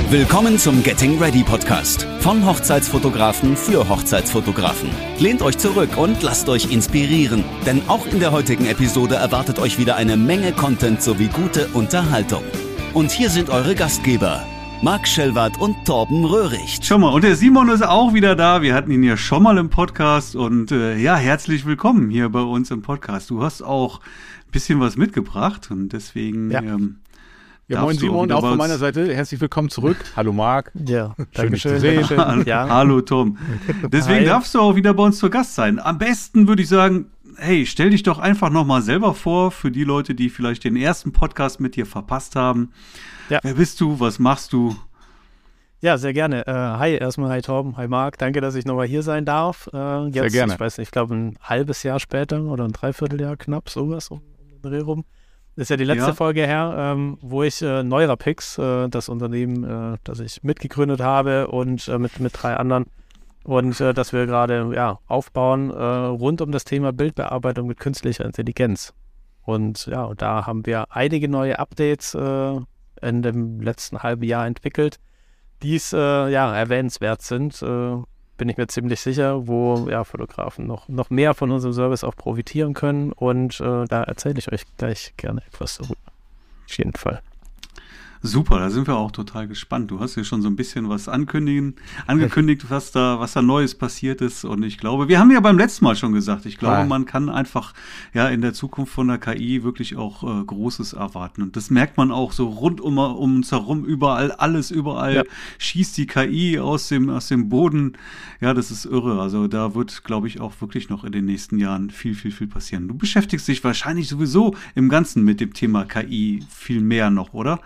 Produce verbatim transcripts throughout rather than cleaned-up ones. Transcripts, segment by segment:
Willkommen zum Getting Ready Podcast von Hochzeitsfotografen für Hochzeitsfotografen. Lehnt euch zurück und lasst euch inspirieren, denn auch in der heutigen Episode erwartet euch wieder eine Menge Content sowie gute Unterhaltung. Und hier sind eure Gastgeber, Marc Schellwardt und Torben Röhricht. Schau mal, und der Simon ist auch wieder da. Wir hatten ihn ja schon mal im Podcast und äh, ja, herzlich willkommen hier bei uns im Podcast. Du hast auch ein bisschen was mitgebracht und deswegen... Ja. Ähm, Ja, moin Simon, auch von meiner Seite. Herzlich willkommen zurück. Hallo Marc. Ja, schön, dich zu schön. sehen. Ja. Hallo Tom. Deswegen Hi. darfst du auch wieder bei uns zu Gast sein. Am besten würde ich sagen, hey, stell dich doch einfach nochmal selber vor für die Leute, die vielleicht den ersten Podcast mit dir verpasst haben. Ja. Wer bist du? Was machst du? Ja, sehr gerne. Äh, hi, erstmal hi Torben, hi Marc. Danke, dass ich nochmal hier sein darf. Äh, jetzt, Sehr gerne. Ich weiß nicht, ich glaube ein halbes Jahr später oder ein Dreivierteljahr knapp, sowas um den Dreh rum. Das ist ja die letzte Ja. Folge her, ähm, wo ich äh, Neurapix, äh, das Unternehmen, äh, das ich mitgegründet habe und äh, mit, mit drei anderen und äh, das wir gerade ja, aufbauen, äh, rund um das Thema Bildbearbeitung mit künstlicher Intelligenz. Und ja, und da haben wir einige neue Updates äh, in dem letzten halben Jahr entwickelt, die es äh, ja, erwähnenswert sind, äh, bin ich mir ziemlich sicher, wo ja, Fotografen noch, noch mehr von unserem Service auch profitieren können. Und äh, da erzähle ich euch gleich gerne etwas darüber. Auf jeden Fall. Super, da sind wir auch total gespannt. Du hast ja schon so ein bisschen was ankündigen, angekündigt, was da, was da Neues passiert ist. Und ich glaube, wir haben ja beim letzten Mal schon gesagt, ich glaube, Ja. man kann einfach ja in der Zukunft von der K I wirklich auch äh, Großes erwarten. Und das merkt man auch so rund um, um uns herum, überall, alles, überall Ja. schießt die K I aus dem, aus dem Boden. Ja, das ist irre. Also da wird, glaube ich, auch wirklich noch in den nächsten Jahren viel, viel, viel passieren. Du beschäftigst dich wahrscheinlich sowieso im Ganzen mit dem Thema K I viel mehr noch, oder?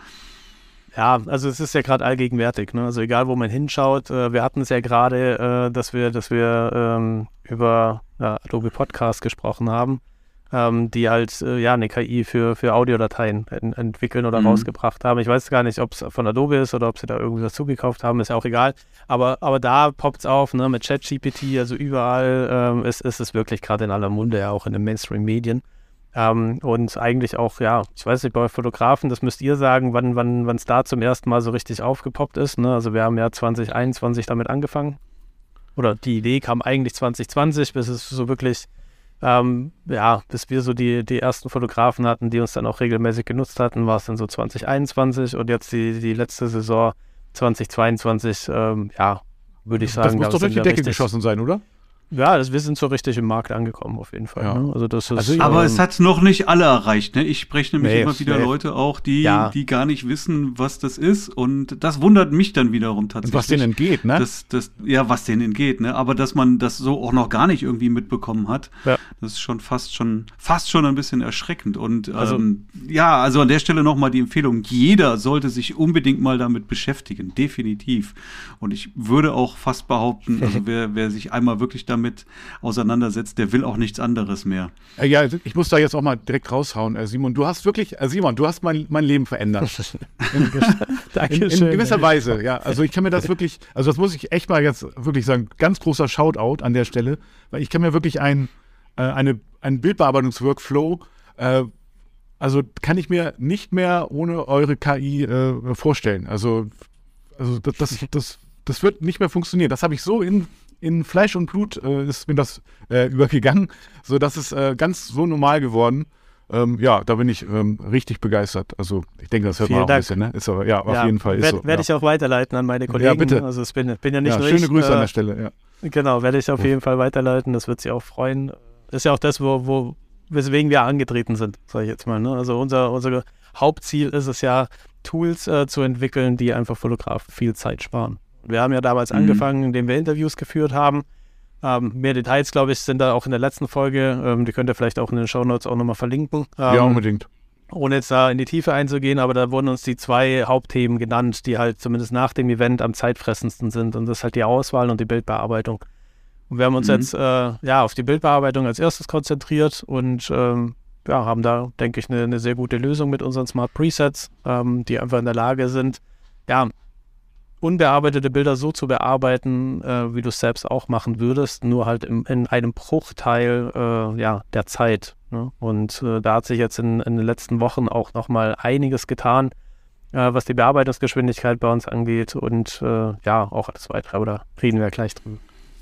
Ja, also es ist ja gerade allgegenwärtig, ne? Also egal, wo man hinschaut. Äh, wir hatten es ja gerade, äh, dass wir, dass wir ähm, über ja, Adobe Podcast gesprochen haben, ähm, die halt äh, ja eine K I für, für Audiodateien en- entwickeln oder Mhm. rausgebracht haben. Ich weiß gar nicht, ob es von Adobe ist oder ob sie da irgendwie was zugekauft haben, ist ja auch egal. Aber, aber da poppt es auf, ne? Mit ChatGPT, also überall ähm, ist, ist es wirklich gerade in aller Munde, ja auch in den Mainstream-Medien. Ähm, und eigentlich auch, ja, ich weiß nicht, bei Fotografen, das müsst ihr sagen, wann wann wann es da zum ersten Mal so richtig aufgepoppt ist. Ne? Also wir haben ja zwanzig einundzwanzig damit angefangen. Oder die Idee kam eigentlich zwanzig zwanzig, bis es so wirklich, ähm, ja, bis wir so die, die ersten Fotografen hatten, die uns dann auch regelmäßig genutzt hatten, war es dann so zwanzig einundzwanzig und jetzt die, die letzte Saison zwanzig zweiundzwanzig, ähm, ja, würde ich sagen. Das muss da doch sind durch die wir Decke richtig, geschossen sein, oder? Ja, das, wir sind so richtig im Markt angekommen auf jeden Fall. Ja. Ne? Also das ist, Also, Aber ähm, es hat noch nicht alle erreicht, ne? Ich spreche nämlich Nee, immer wieder nee. Leute auch, die, Ja. die gar nicht wissen, was das ist. Und das wundert mich dann wiederum Und tatsächlich. was denen entgeht, ne? Das, das, ja, was denen entgeht, ne? Aber dass man das so auch noch gar nicht irgendwie mitbekommen hat, Ja. das ist schon fast schon, fast schon ein bisschen erschreckend. Und Also- ähm, ja, also an der Stelle nochmal die Empfehlung, jeder sollte sich unbedingt mal damit beschäftigen, definitiv. Und ich würde auch fast behaupten, also wer, wer sich einmal wirklich damit auseinandersetzt, der will auch nichts anderes mehr. Äh, Ja, ich muss da jetzt auch mal direkt raushauen. Äh, Simon, du hast wirklich, äh, Simon, du hast mein, mein Leben verändert. In, Dankeschön. in gewisser Weise, ja. Also ich kann mir das wirklich, also das muss ich echt mal jetzt wirklich sagen, ganz großer Shoutout an der Stelle, weil ich kann mir wirklich ein, äh, eine, einen Bildbearbeitungsworkflow, äh, also kann ich mir nicht mehr ohne eure K I äh, vorstellen. Also, also das, das, das, das wird nicht mehr funktionieren. Das habe ich so in, in Fleisch und Blut, äh, ist mir das äh, übergegangen, so dass es äh, ganz so normal geworden. Ähm, ja, da bin ich ähm, richtig begeistert. Also ich denke, das hört Vielen man auch ein Dank. bisschen, ne? Ist aber, ja, auf Ja, jeden Fall ist werd, so. Werde ja. ich auch weiterleiten an meine Kollegen. Ja, bitte. Also es bin, bin ja nicht Ja, nur schöne ich. Grüße äh, an der Stelle, ja. Genau, werde ich auf jeden Fall weiterleiten. Das wird sie auch freuen. Ist ja auch das, wo, wo weswegen wir angetreten sind, sage ich jetzt mal. Ne? Also unser, unser Hauptziel ist es ja, Tools äh, zu entwickeln, die einfach Fotografen viel Zeit sparen. Wir haben ja damals Mhm. angefangen, indem wir Interviews geführt haben. Ähm, mehr Details, glaube ich, sind da auch in der letzten Folge. Ähm, die könnt ihr vielleicht auch in den Shownotes auch nochmal verlinken. Ähm, Ja, unbedingt. Ohne jetzt da in die Tiefe einzugehen, aber da wurden uns die zwei Hauptthemen genannt, die halt zumindest nach dem Event am zeitfressendsten sind. Und das ist halt die Auswahl und die Bildbearbeitung. Und wir haben uns Mhm. jetzt äh, ja, auf die Bildbearbeitung als erstes konzentriert und ähm, ja, haben da, denke ich, eine, eine sehr gute Lösung mit unseren Smart Presets, ähm, die einfach in der Lage sind, ja, unbearbeitete Bilder so zu bearbeiten, äh, wie du es selbst auch machen würdest, nur halt im, in einem Bruchteil äh, ja, der Zeit. Ne? Und äh, da hat sich jetzt in, in den letzten Wochen auch nochmal einiges getan. äh, was die Bearbeitungsgeschwindigkeit bei uns angeht und äh, ja, auch alles weitere, aber da reden wir gleich drüber.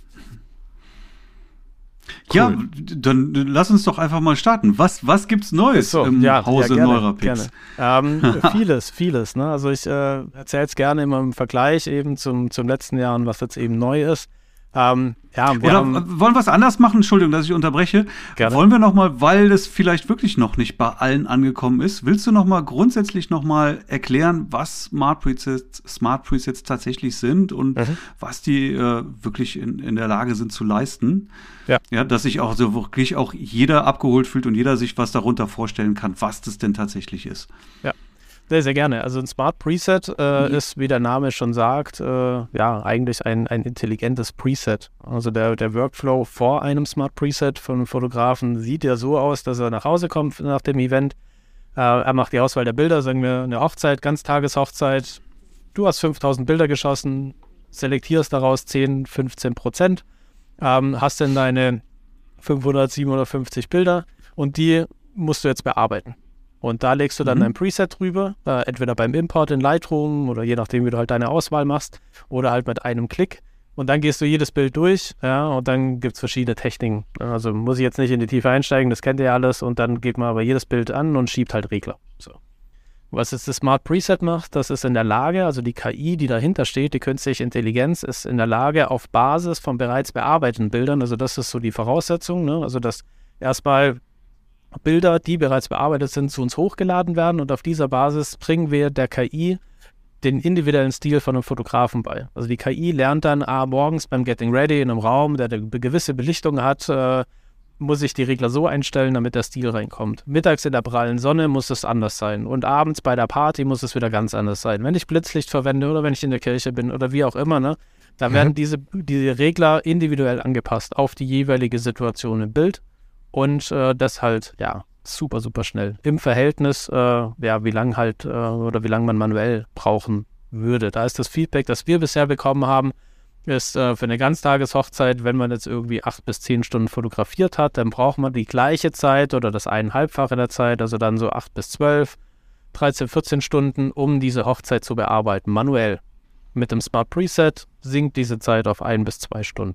Cool. Ja, dann lass uns doch einfach mal starten. Was, was gibt's Neues so, im ja, Hause ja, Neurapix? Ähm, vieles, vieles. Ne? Also ich äh, erzähle es gerne immer im Vergleich eben zum, zum letzten Jahr und was jetzt eben neu ist. Ähm, ja, wir Oder haben, wollen wir es anders machen? Entschuldigung, dass ich unterbreche. Gerne. Wollen wir noch mal, weil das vielleicht wirklich noch nicht bei allen angekommen ist, willst du noch mal grundsätzlich noch mal erklären, was Smart Presets, Smart Presets tatsächlich sind und mhm. was die äh, wirklich in, in der Lage sind zu leisten? Ja. Ja, dass sich auch so wirklich auch jeder abgeholt fühlt und jeder sich was darunter vorstellen kann, was das denn tatsächlich ist. Ja. Sehr, sehr gerne. Also ein Smart Preset äh, mhm. ist, wie der Name schon sagt, äh, ja, eigentlich ein, ein intelligentes Preset. Also der, der Workflow vor einem Smart Preset von einem Fotografen sieht ja so aus, dass er nach Hause kommt nach dem Event. Äh, er macht die Auswahl der Bilder, sagen wir eine Hochzeit, Ganztageshochzeit. Du hast fünftausend Bilder geschossen, selektierst daraus zehn, fünfzehn Prozent, ähm, hast dann deine fünfhundert, siebenhundertfünfzig Bilder und die musst du jetzt bearbeiten. Und da legst du dann mhm. ein Preset drüber, äh, entweder beim Import in Lightroom oder je nachdem, wie du halt deine Auswahl machst oder halt mit einem Klick. Und dann gehst du jedes Bild durch, ja, und dann gibt es verschiedene Techniken. Also muss ich jetzt nicht in die Tiefe einsteigen, das kennt ihr ja alles. Und dann geht man aber jedes Bild an und schiebt halt Regler. So. Was jetzt das Smart Preset macht, das ist in der Lage, also die K I, die dahinter steht, die künstliche Intelligenz, ist in der Lage, auf Basis von bereits bearbeiteten Bildern, also das ist so die Voraussetzung, ne? Also dass erstmal Bilder, die bereits bearbeitet sind, zu uns hochgeladen werden und auf dieser Basis bringen wir der K I den individuellen Stil von einem Fotografen bei. Also die K I lernt dann, ah, morgens beim Getting Ready in einem Raum, der eine gewisse Belichtung hat, äh, muss ich die Regler so einstellen, damit der Stil reinkommt. Mittags in der prallen Sonne muss es anders sein und abends bei der Party muss es wieder ganz anders sein. Wenn ich Blitzlicht verwende oder wenn ich in der Kirche bin oder wie auch immer, ne, da mhm. werden diese, diese Regler individuell angepasst auf die jeweilige Situation im Bild. Und äh, das halt, ja, super, super schnell. Im Verhältnis, äh, ja, wie lange halt, äh, oder wie lange man manuell brauchen würde. Da ist das Feedback, das wir bisher bekommen haben, ist äh, für eine Ganztageshochzeit, wenn man jetzt irgendwie acht bis zehn Stunden fotografiert hat, dann braucht man die gleiche Zeit oder das eineinhalbfache der Zeit, also dann so acht bis zwölf, dreizehn, vierzehn Stunden, um diese Hochzeit zu bearbeiten, manuell. Mit dem Smart Preset sinkt diese Zeit auf ein bis zwei Stunden.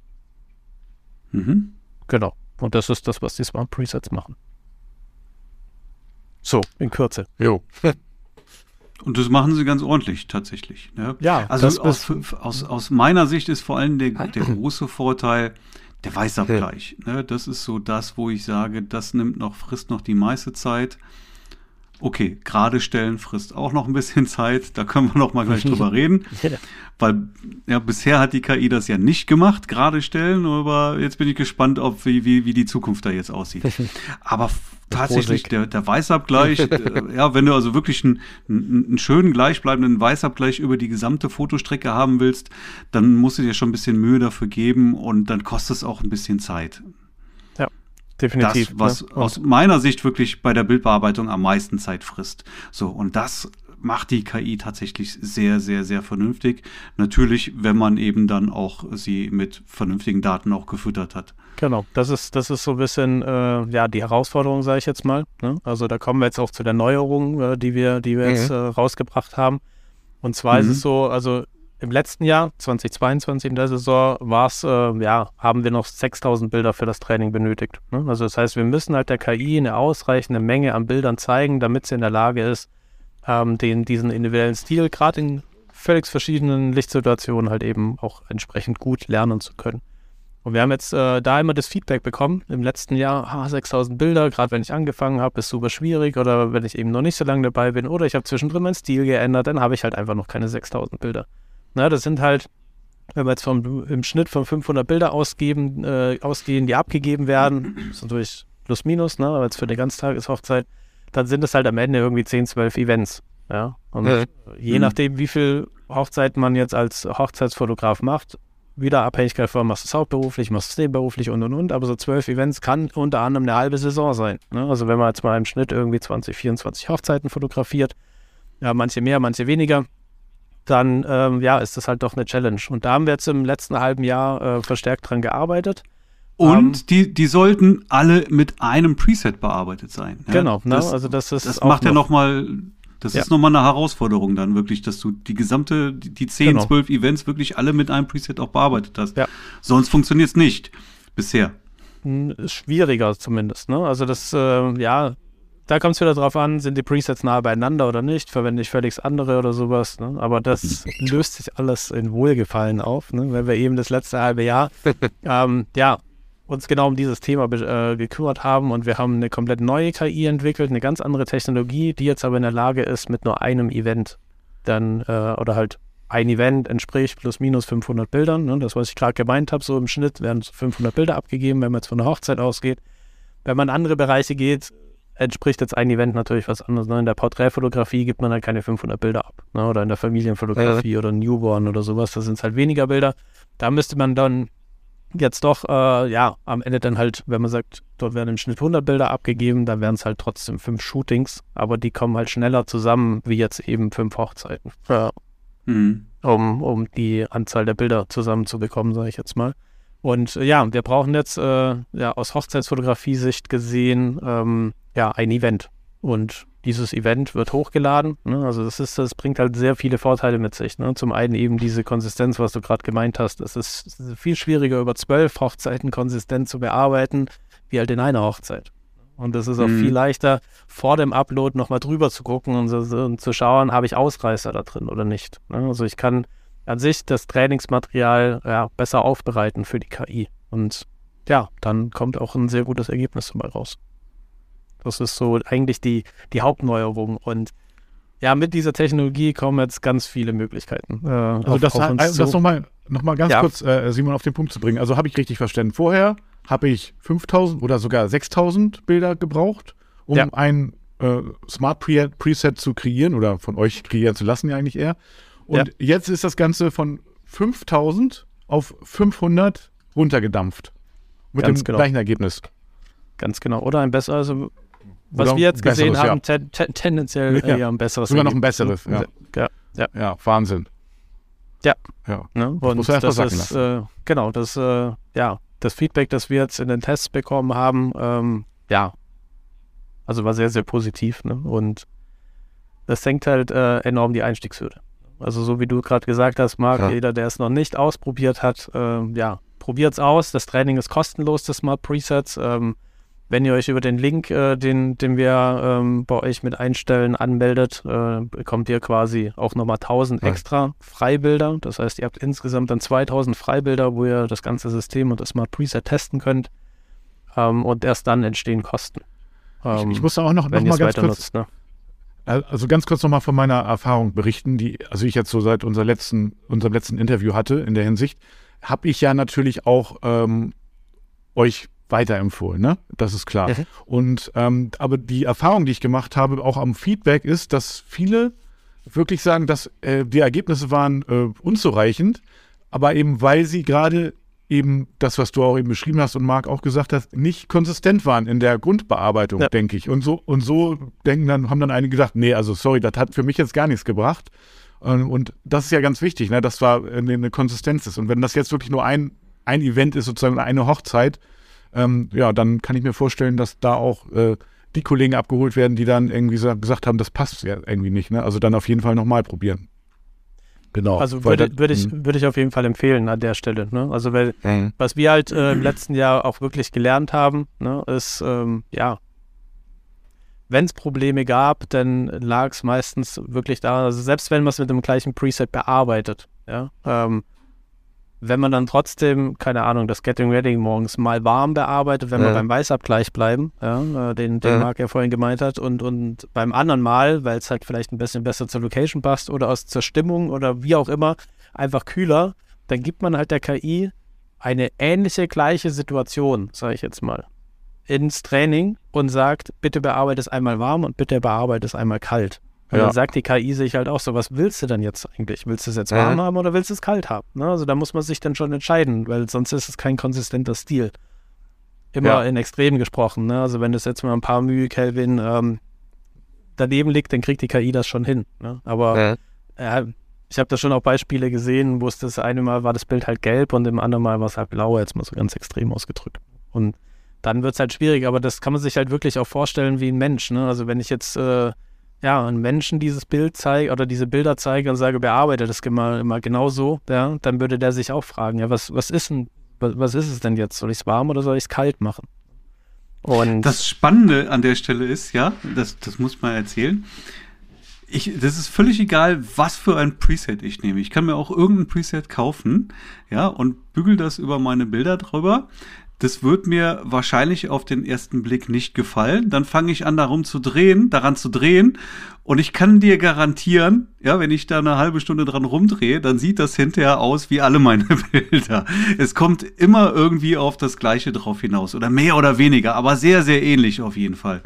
Mhm. Genau. Und das ist das, was die Smart Presets machen. So, in Kürze. Jo. Und das machen sie ganz ordentlich, tatsächlich. Ne? Ja. Also aus, aus, aus meiner Sicht ist vor allem der, der große Vorteil der Weißabgleich. Ne? Das ist so das, wo ich sage, das nimmt noch, frisst noch die meiste Zeit. Okay, gerade stellen frisst auch noch ein bisschen Zeit, da können wir noch mal gleich drüber reden, weil ja, bisher hat die K I das ja nicht gemacht, gerade stellen, aber jetzt bin ich gespannt, ob wie, wie, wie die Zukunft da jetzt aussieht. Aber tatsächlich der, der Weißabgleich, äh, ja, wenn du also wirklich einen, einen schönen gleichbleibenden Weißabgleich über die gesamte Fotostrecke haben willst, dann musst du dir schon ein bisschen Mühe dafür geben und dann kostet es auch ein bisschen Zeit. Definitiv. Das, was ne? aus meiner Sicht wirklich bei der Bildbearbeitung am meisten Zeit frisst. So, und das macht die K I tatsächlich sehr, sehr, sehr vernünftig. Natürlich, wenn man eben dann auch sie mit vernünftigen Daten auch gefüttert hat. Genau, das ist, das ist so ein bisschen äh, ja, die Herausforderung, sage ich jetzt mal. Ne? Also da kommen wir jetzt auch zu der Neuerung, äh, die wir, die wir mhm. jetzt äh, rausgebracht haben. Und zwar mhm. ist es so, also im letzten Jahr, zweitausendzweiundzwanzig in der Saison, war's, äh, ja, haben wir noch sechstausend Bilder für das Training benötigt. Ne? Also das heißt, wir müssen halt der K I eine ausreichende Menge an Bildern zeigen, damit sie in der Lage ist, ähm, den, diesen individuellen Stil, gerade in völlig verschiedenen Lichtsituationen, halt eben auch entsprechend gut lernen zu können. Und wir haben jetzt äh, da immer das Feedback bekommen, im letzten Jahr, ah, sechstausend Bilder, gerade wenn ich angefangen habe, ist super schwierig oder wenn ich eben noch nicht so lange dabei bin oder ich habe zwischendrin meinen Stil geändert, dann habe ich halt einfach noch keine sechstausend Bilder. Na, das sind halt, wenn wir jetzt vom, im Schnitt von fünfhundert Bilder ausgeben, äh, ausgehen, die abgegeben werden, das ist natürlich plus minus, ne, aber jetzt für eine Ganztageshochzeit, dann sind es halt am Ende irgendwie zehn, zwölf Events. Ja? Und ja. je nachdem, wie viel Hochzeiten man jetzt als Hochzeitsfotograf macht, wieder Abhängigkeit von, machst du es hauptberuflich, machst du es nebenberuflich und und und, aber so zwölf Events kann unter anderem eine halbe Saison sein. Ne? Also wenn man jetzt mal im Schnitt irgendwie zwanzig, vierundzwanzig Hochzeiten fotografiert, ja, manche mehr, manche weniger, dann ähm, ja, ist das halt doch eine Challenge. Und da haben wir jetzt im letzten halben Jahr äh, verstärkt dran gearbeitet. Und ähm, die, die sollten alle mit einem Preset bearbeitet sein. Ja? Genau, ne? Das, also das ist das auch macht ja noch nochmal Das Ja. ist nochmal eine Herausforderung dann wirklich, dass du die gesamte, die, die zehn, Genau. zwölf Events wirklich alle mit einem Preset auch bearbeitet hast. Ja. Sonst funktioniert es nicht. Bisher. Ist schwieriger zumindest, ne? Also das, äh, ja, da kommt es wieder drauf an, sind die Presets nahe beieinander oder nicht, verwende ich völlig andere oder sowas, ne? Aber das löst sich alles in Wohlgefallen auf, ne? Weil wir eben das letzte halbe Jahr, ähm, ja, uns genau um dieses Thema äh, gekümmert haben und wir haben eine komplett neue K I entwickelt, eine ganz andere Technologie, die jetzt aber in der Lage ist, mit nur einem Event dann, äh, oder halt ein Event entspricht plus minus fünfhundert Bildern, ne? Das, was ich gerade gemeint habe, so im Schnitt werden fünfhundert Bilder abgegeben, wenn man jetzt von der Hochzeit ausgeht. Wenn man in andere Bereiche geht, entspricht jetzt ein Event natürlich was anderes. Ne? In der Porträtfotografie gibt man halt keine fünfhundert Bilder ab, ne? Oder in der Familienfotografie ja. oder Newborn oder sowas, da sind es halt weniger Bilder. Da müsste man dann jetzt doch, äh, ja, am Ende dann halt, wenn man sagt, dort werden im Schnitt hundert Bilder abgegeben, dann wären es halt trotzdem fünf Shootings, aber die kommen halt schneller zusammen, wie jetzt eben fünf Hochzeiten. Ja. Mhm. Um, um die Anzahl der Bilder zusammenzubekommen, sage ich jetzt mal. Und äh, ja, wir brauchen jetzt äh, ja, aus Hochzeitsfotografie-Sicht gesehen ähm, ja, ein Event. Und dieses Event wird hochgeladen. Ne? Also das ist, das bringt halt sehr viele Vorteile mit sich. Ne? Zum einen eben diese Konsistenz, was du gerade gemeint hast. Es ist, es ist viel schwieriger, über zwölf Hochzeiten konsistent zu bearbeiten, wie halt in einer Hochzeit. Und es ist auch mhm. viel leichter, vor dem Upload nochmal drüber zu gucken und, so, so, und zu schauen, habe ich Ausreißer da drin oder nicht. Ne? Also ich kann an sich das Trainingsmaterial ja, besser aufbereiten für die K I. Und ja, dann kommt auch ein sehr gutes Ergebnis dabei raus. Das ist so eigentlich die, die Hauptneuerung. Und ja, mit dieser Technologie kommen jetzt ganz viele Möglichkeiten. Äh, also auf, das, auf uns also das nochmal noch mal ganz ja. kurz, äh, Simon, auf den Punkt zu bringen. Also habe ich richtig verstanden. Vorher habe ich fünftausend oder sogar sechstausend Bilder gebraucht, um ja. ein äh, Smart Pre- Preset zu kreieren oder von euch kreieren zu lassen ja eigentlich eher. Und ja. jetzt ist das Ganze von fünftausend auf fünfhundert runtergedampft. Mit Ganz dem genau. gleichen Ergebnis. Ganz genau. Oder ein besseres, also was Oder wir jetzt gesehen besseres, haben, ja. ten, ten, tendenziell ja. eher ein besseres. Sogar noch ein besseres, ja. Ja, ja. ja Wahnsinn. Ja. ja. Ne? Und muss man das sagen ist, äh, genau, das, äh, ja, das Feedback, das wir jetzt in den Tests bekommen haben, ähm, ja, also war sehr, sehr positiv. Ne? Und das senkt halt äh, enorm die Einstiegshürde. Also so wie du gerade gesagt hast, Marc, ja. jeder, der es noch nicht ausprobiert hat, äh, ja, probiert es aus. Das Training ist kostenlos, das Smart Presets. Ähm, wenn ihr euch über den Link, äh, den, den wir ähm, bei euch mit einstellen, anmeldet, äh, bekommt ihr quasi auch nochmal tausend ja. extra Freibilder. Das heißt, ihr habt insgesamt dann zweitausend Freibilder, wo ihr das ganze System und das Smart Preset testen könnt. Ähm, und erst dann entstehen Kosten. Ähm, ich, ich muss da auch noch, noch mal ganz kurz, nutzt, ne? also ganz kurz noch mal von meiner Erfahrung berichten, die also ich jetzt so seit unser letzten, unserem letzten Interview hatte in der Hinsicht, habe ich ja natürlich auch ähm, euch weiterempfohlen, ne? Das ist klar. Mhm. Und ähm, aber die Erfahrung, die ich gemacht habe, auch am Feedback, ist, dass viele wirklich sagen, dass äh, die Ergebnisse waren äh, unzureichend, aber eben weil sie gerade eben das, was du auch eben beschrieben hast und Marc auch gesagt hast, nicht konsistent waren in der Grundbearbeitung, ja. denke ich. Und so und so denken dann, haben dann einige gedacht, nee, also sorry, das hat für mich jetzt gar nichts gebracht. Und das ist ja ganz wichtig, ne, dass da eine, eine Konsistenz ist. Und wenn das jetzt wirklich nur ein, ein Event ist, sozusagen eine Hochzeit, ähm, ja, dann kann ich mir vorstellen, dass da auch äh, die Kollegen abgeholt werden, die dann irgendwie so gesagt haben, das passt ja irgendwie nicht. Ne? Also dann auf jeden Fall nochmal probieren. Genau. Also würde, würde, ich, würde ich auf jeden Fall empfehlen an der Stelle. Ne? Also weil, mhm. was wir halt äh, im letzten Jahr auch wirklich gelernt haben, ne, ist, ähm, ja, wenn es Probleme gab, dann lag es meistens wirklich daran, also selbst wenn man es mit dem gleichen Preset bearbeitet, ja, ähm, wenn man dann trotzdem, keine Ahnung, das Getting Ready morgens mal warm bearbeitet, wenn ja. wir beim Weißabgleich bleiben, ja, äh, den, den ja. Marc ja vorhin gemeint hat, und, und beim anderen Mal, weil es halt vielleicht ein bisschen besser zur Location passt oder aus zur Stimmung oder wie auch immer, einfach kühler, dann gibt man halt der K I eine ähnliche, gleiche Situation, sage ich jetzt mal, ins Training und sagt, bitte bearbeite es einmal warm und bitte bearbeite es einmal kalt. Und ja. dann sagt die K I sich halt auch so, was willst du denn jetzt eigentlich? Willst du es jetzt warm ja. haben oder willst du es kalt haben? Ne? Also da muss man sich dann schon entscheiden, weil sonst ist es kein konsistenter Stil. Immer ja. in Extremen gesprochen. Ne? Also wenn das jetzt mal ein paar Mühe Kelvin ähm, daneben liegt, dann kriegt die K I das schon hin. Ne? Aber ja. äh, ich habe da schon auch Beispiele gesehen, wo es das eine Mal war das Bild halt gelb und im anderen Mal war es halt blau, jetzt mal so ganz extrem ausgedrückt. Und dann wird es halt schwierig, aber das kann man sich halt wirklich auch vorstellen wie ein Mensch. Ne? Also wenn ich jetzt äh, ja, einen Menschen dieses Bild zeige oder diese Bilder zeige und sage, bearbeite das immer, immer genau so, ja, dann würde der sich auch fragen, ja, was, was ist denn, was, was ist es denn jetzt? Soll ich es warm oder soll ich es kalt machen? Und das Spannende an der Stelle ist, ja, das, das muss man erzählen, ich, das ist völlig egal, was für ein Preset ich nehme. Ich kann mir auch irgendein Preset kaufen, ja, und bügel das über meine Bilder drüber. Das wird mir wahrscheinlich auf den ersten Blick nicht gefallen. Dann fange ich an, darum zu drehen, daran zu drehen. Und ich kann dir garantieren, ja, wenn ich da eine halbe Stunde dran rumdrehe, dann sieht das hinterher aus wie alle meine Bilder. Es kommt immer irgendwie auf das Gleiche drauf hinaus. Oder mehr oder weniger, aber sehr, sehr ähnlich auf jeden Fall.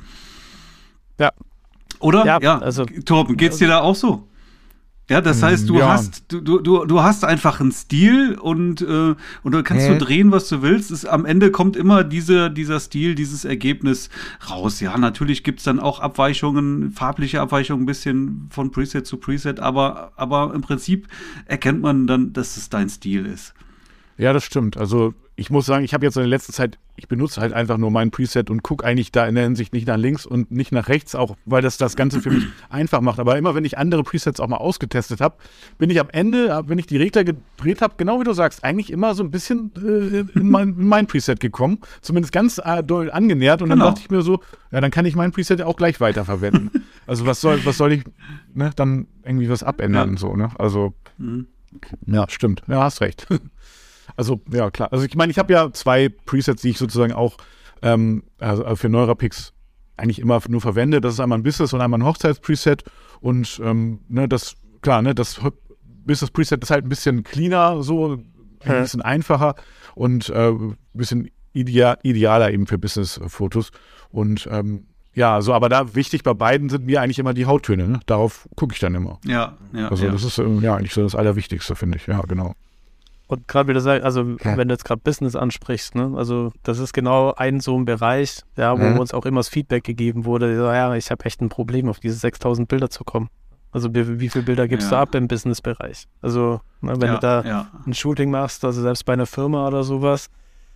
ja, Oder? Ja, Ja, also- Torben, geht's dir da auch so? Ja, das heißt, du ja. hast du, du, du, du hast einfach einen Stil und, äh, und da kannst Hä? du drehen, was du willst. Es, am Ende kommt immer diese, dieser Stil, dieses Ergebnis raus. Ja, natürlich gibt's dann auch Abweichungen, farbliche Abweichungen ein bisschen von Preset zu Preset, aber, aber im Prinzip erkennt man dann, dass es dein Stil ist. Ja, das stimmt. Also ich muss sagen, ich habe jetzt in der letzten Zeit, ich benutze halt einfach nur mein Preset und gucke eigentlich da in der Hinsicht nicht nach links und nicht nach rechts, auch weil das das Ganze für mich einfach macht. Aber immer, wenn ich andere Presets auch mal ausgetestet habe, bin ich am Ende, wenn ich die Regler gedreht habe, genau wie du sagst, eigentlich immer so ein bisschen äh, in, mein, in mein Preset gekommen. Zumindest ganz äh, doll angenähert. Und Genau. dann dachte ich mir so, ja, dann kann ich mein Preset auch gleich weiterverwenden. Also was soll, was soll ich ne, dann irgendwie was abändern? Ja. So, ne? Also, Mhm. ja, stimmt. Ja, hast recht. Also, ja, klar. Also, ich meine, ich habe ja zwei Presets, die ich sozusagen auch ähm, also für Neurapix eigentlich immer nur verwende. Das ist einmal ein Business und einmal ein Hochzeitspreset. Und ähm, ne, das, klar, ne, das Business-Preset ist halt ein bisschen cleaner, so ein bisschen einfacher und äh, ein bisschen idea- idealer eben für Business-Fotos. Und ähm, ja, so, aber da wichtig bei beiden sind mir eigentlich immer die Hauttöne. Ne? Darauf gucke ich dann immer. Ja, ja. Also, ja. das ist ähm, ja eigentlich so das Allerwichtigste, finde ich. Ja, genau. Und gerade wie du sagst, also Ja. wenn du jetzt gerade Business ansprichst, ne, also das ist genau ein so ein Bereich, ja, wo Mhm. uns auch immer das Feedback gegeben wurde, so, ja, ich habe echt ein Problem, auf diese sechstausend Bilder zu kommen. Also wie, wie viele Bilder gibst Ja. du ab im Business-Bereich? Also ne, wenn ja, du da ja. ein Shooting machst, also selbst bei einer Firma oder sowas,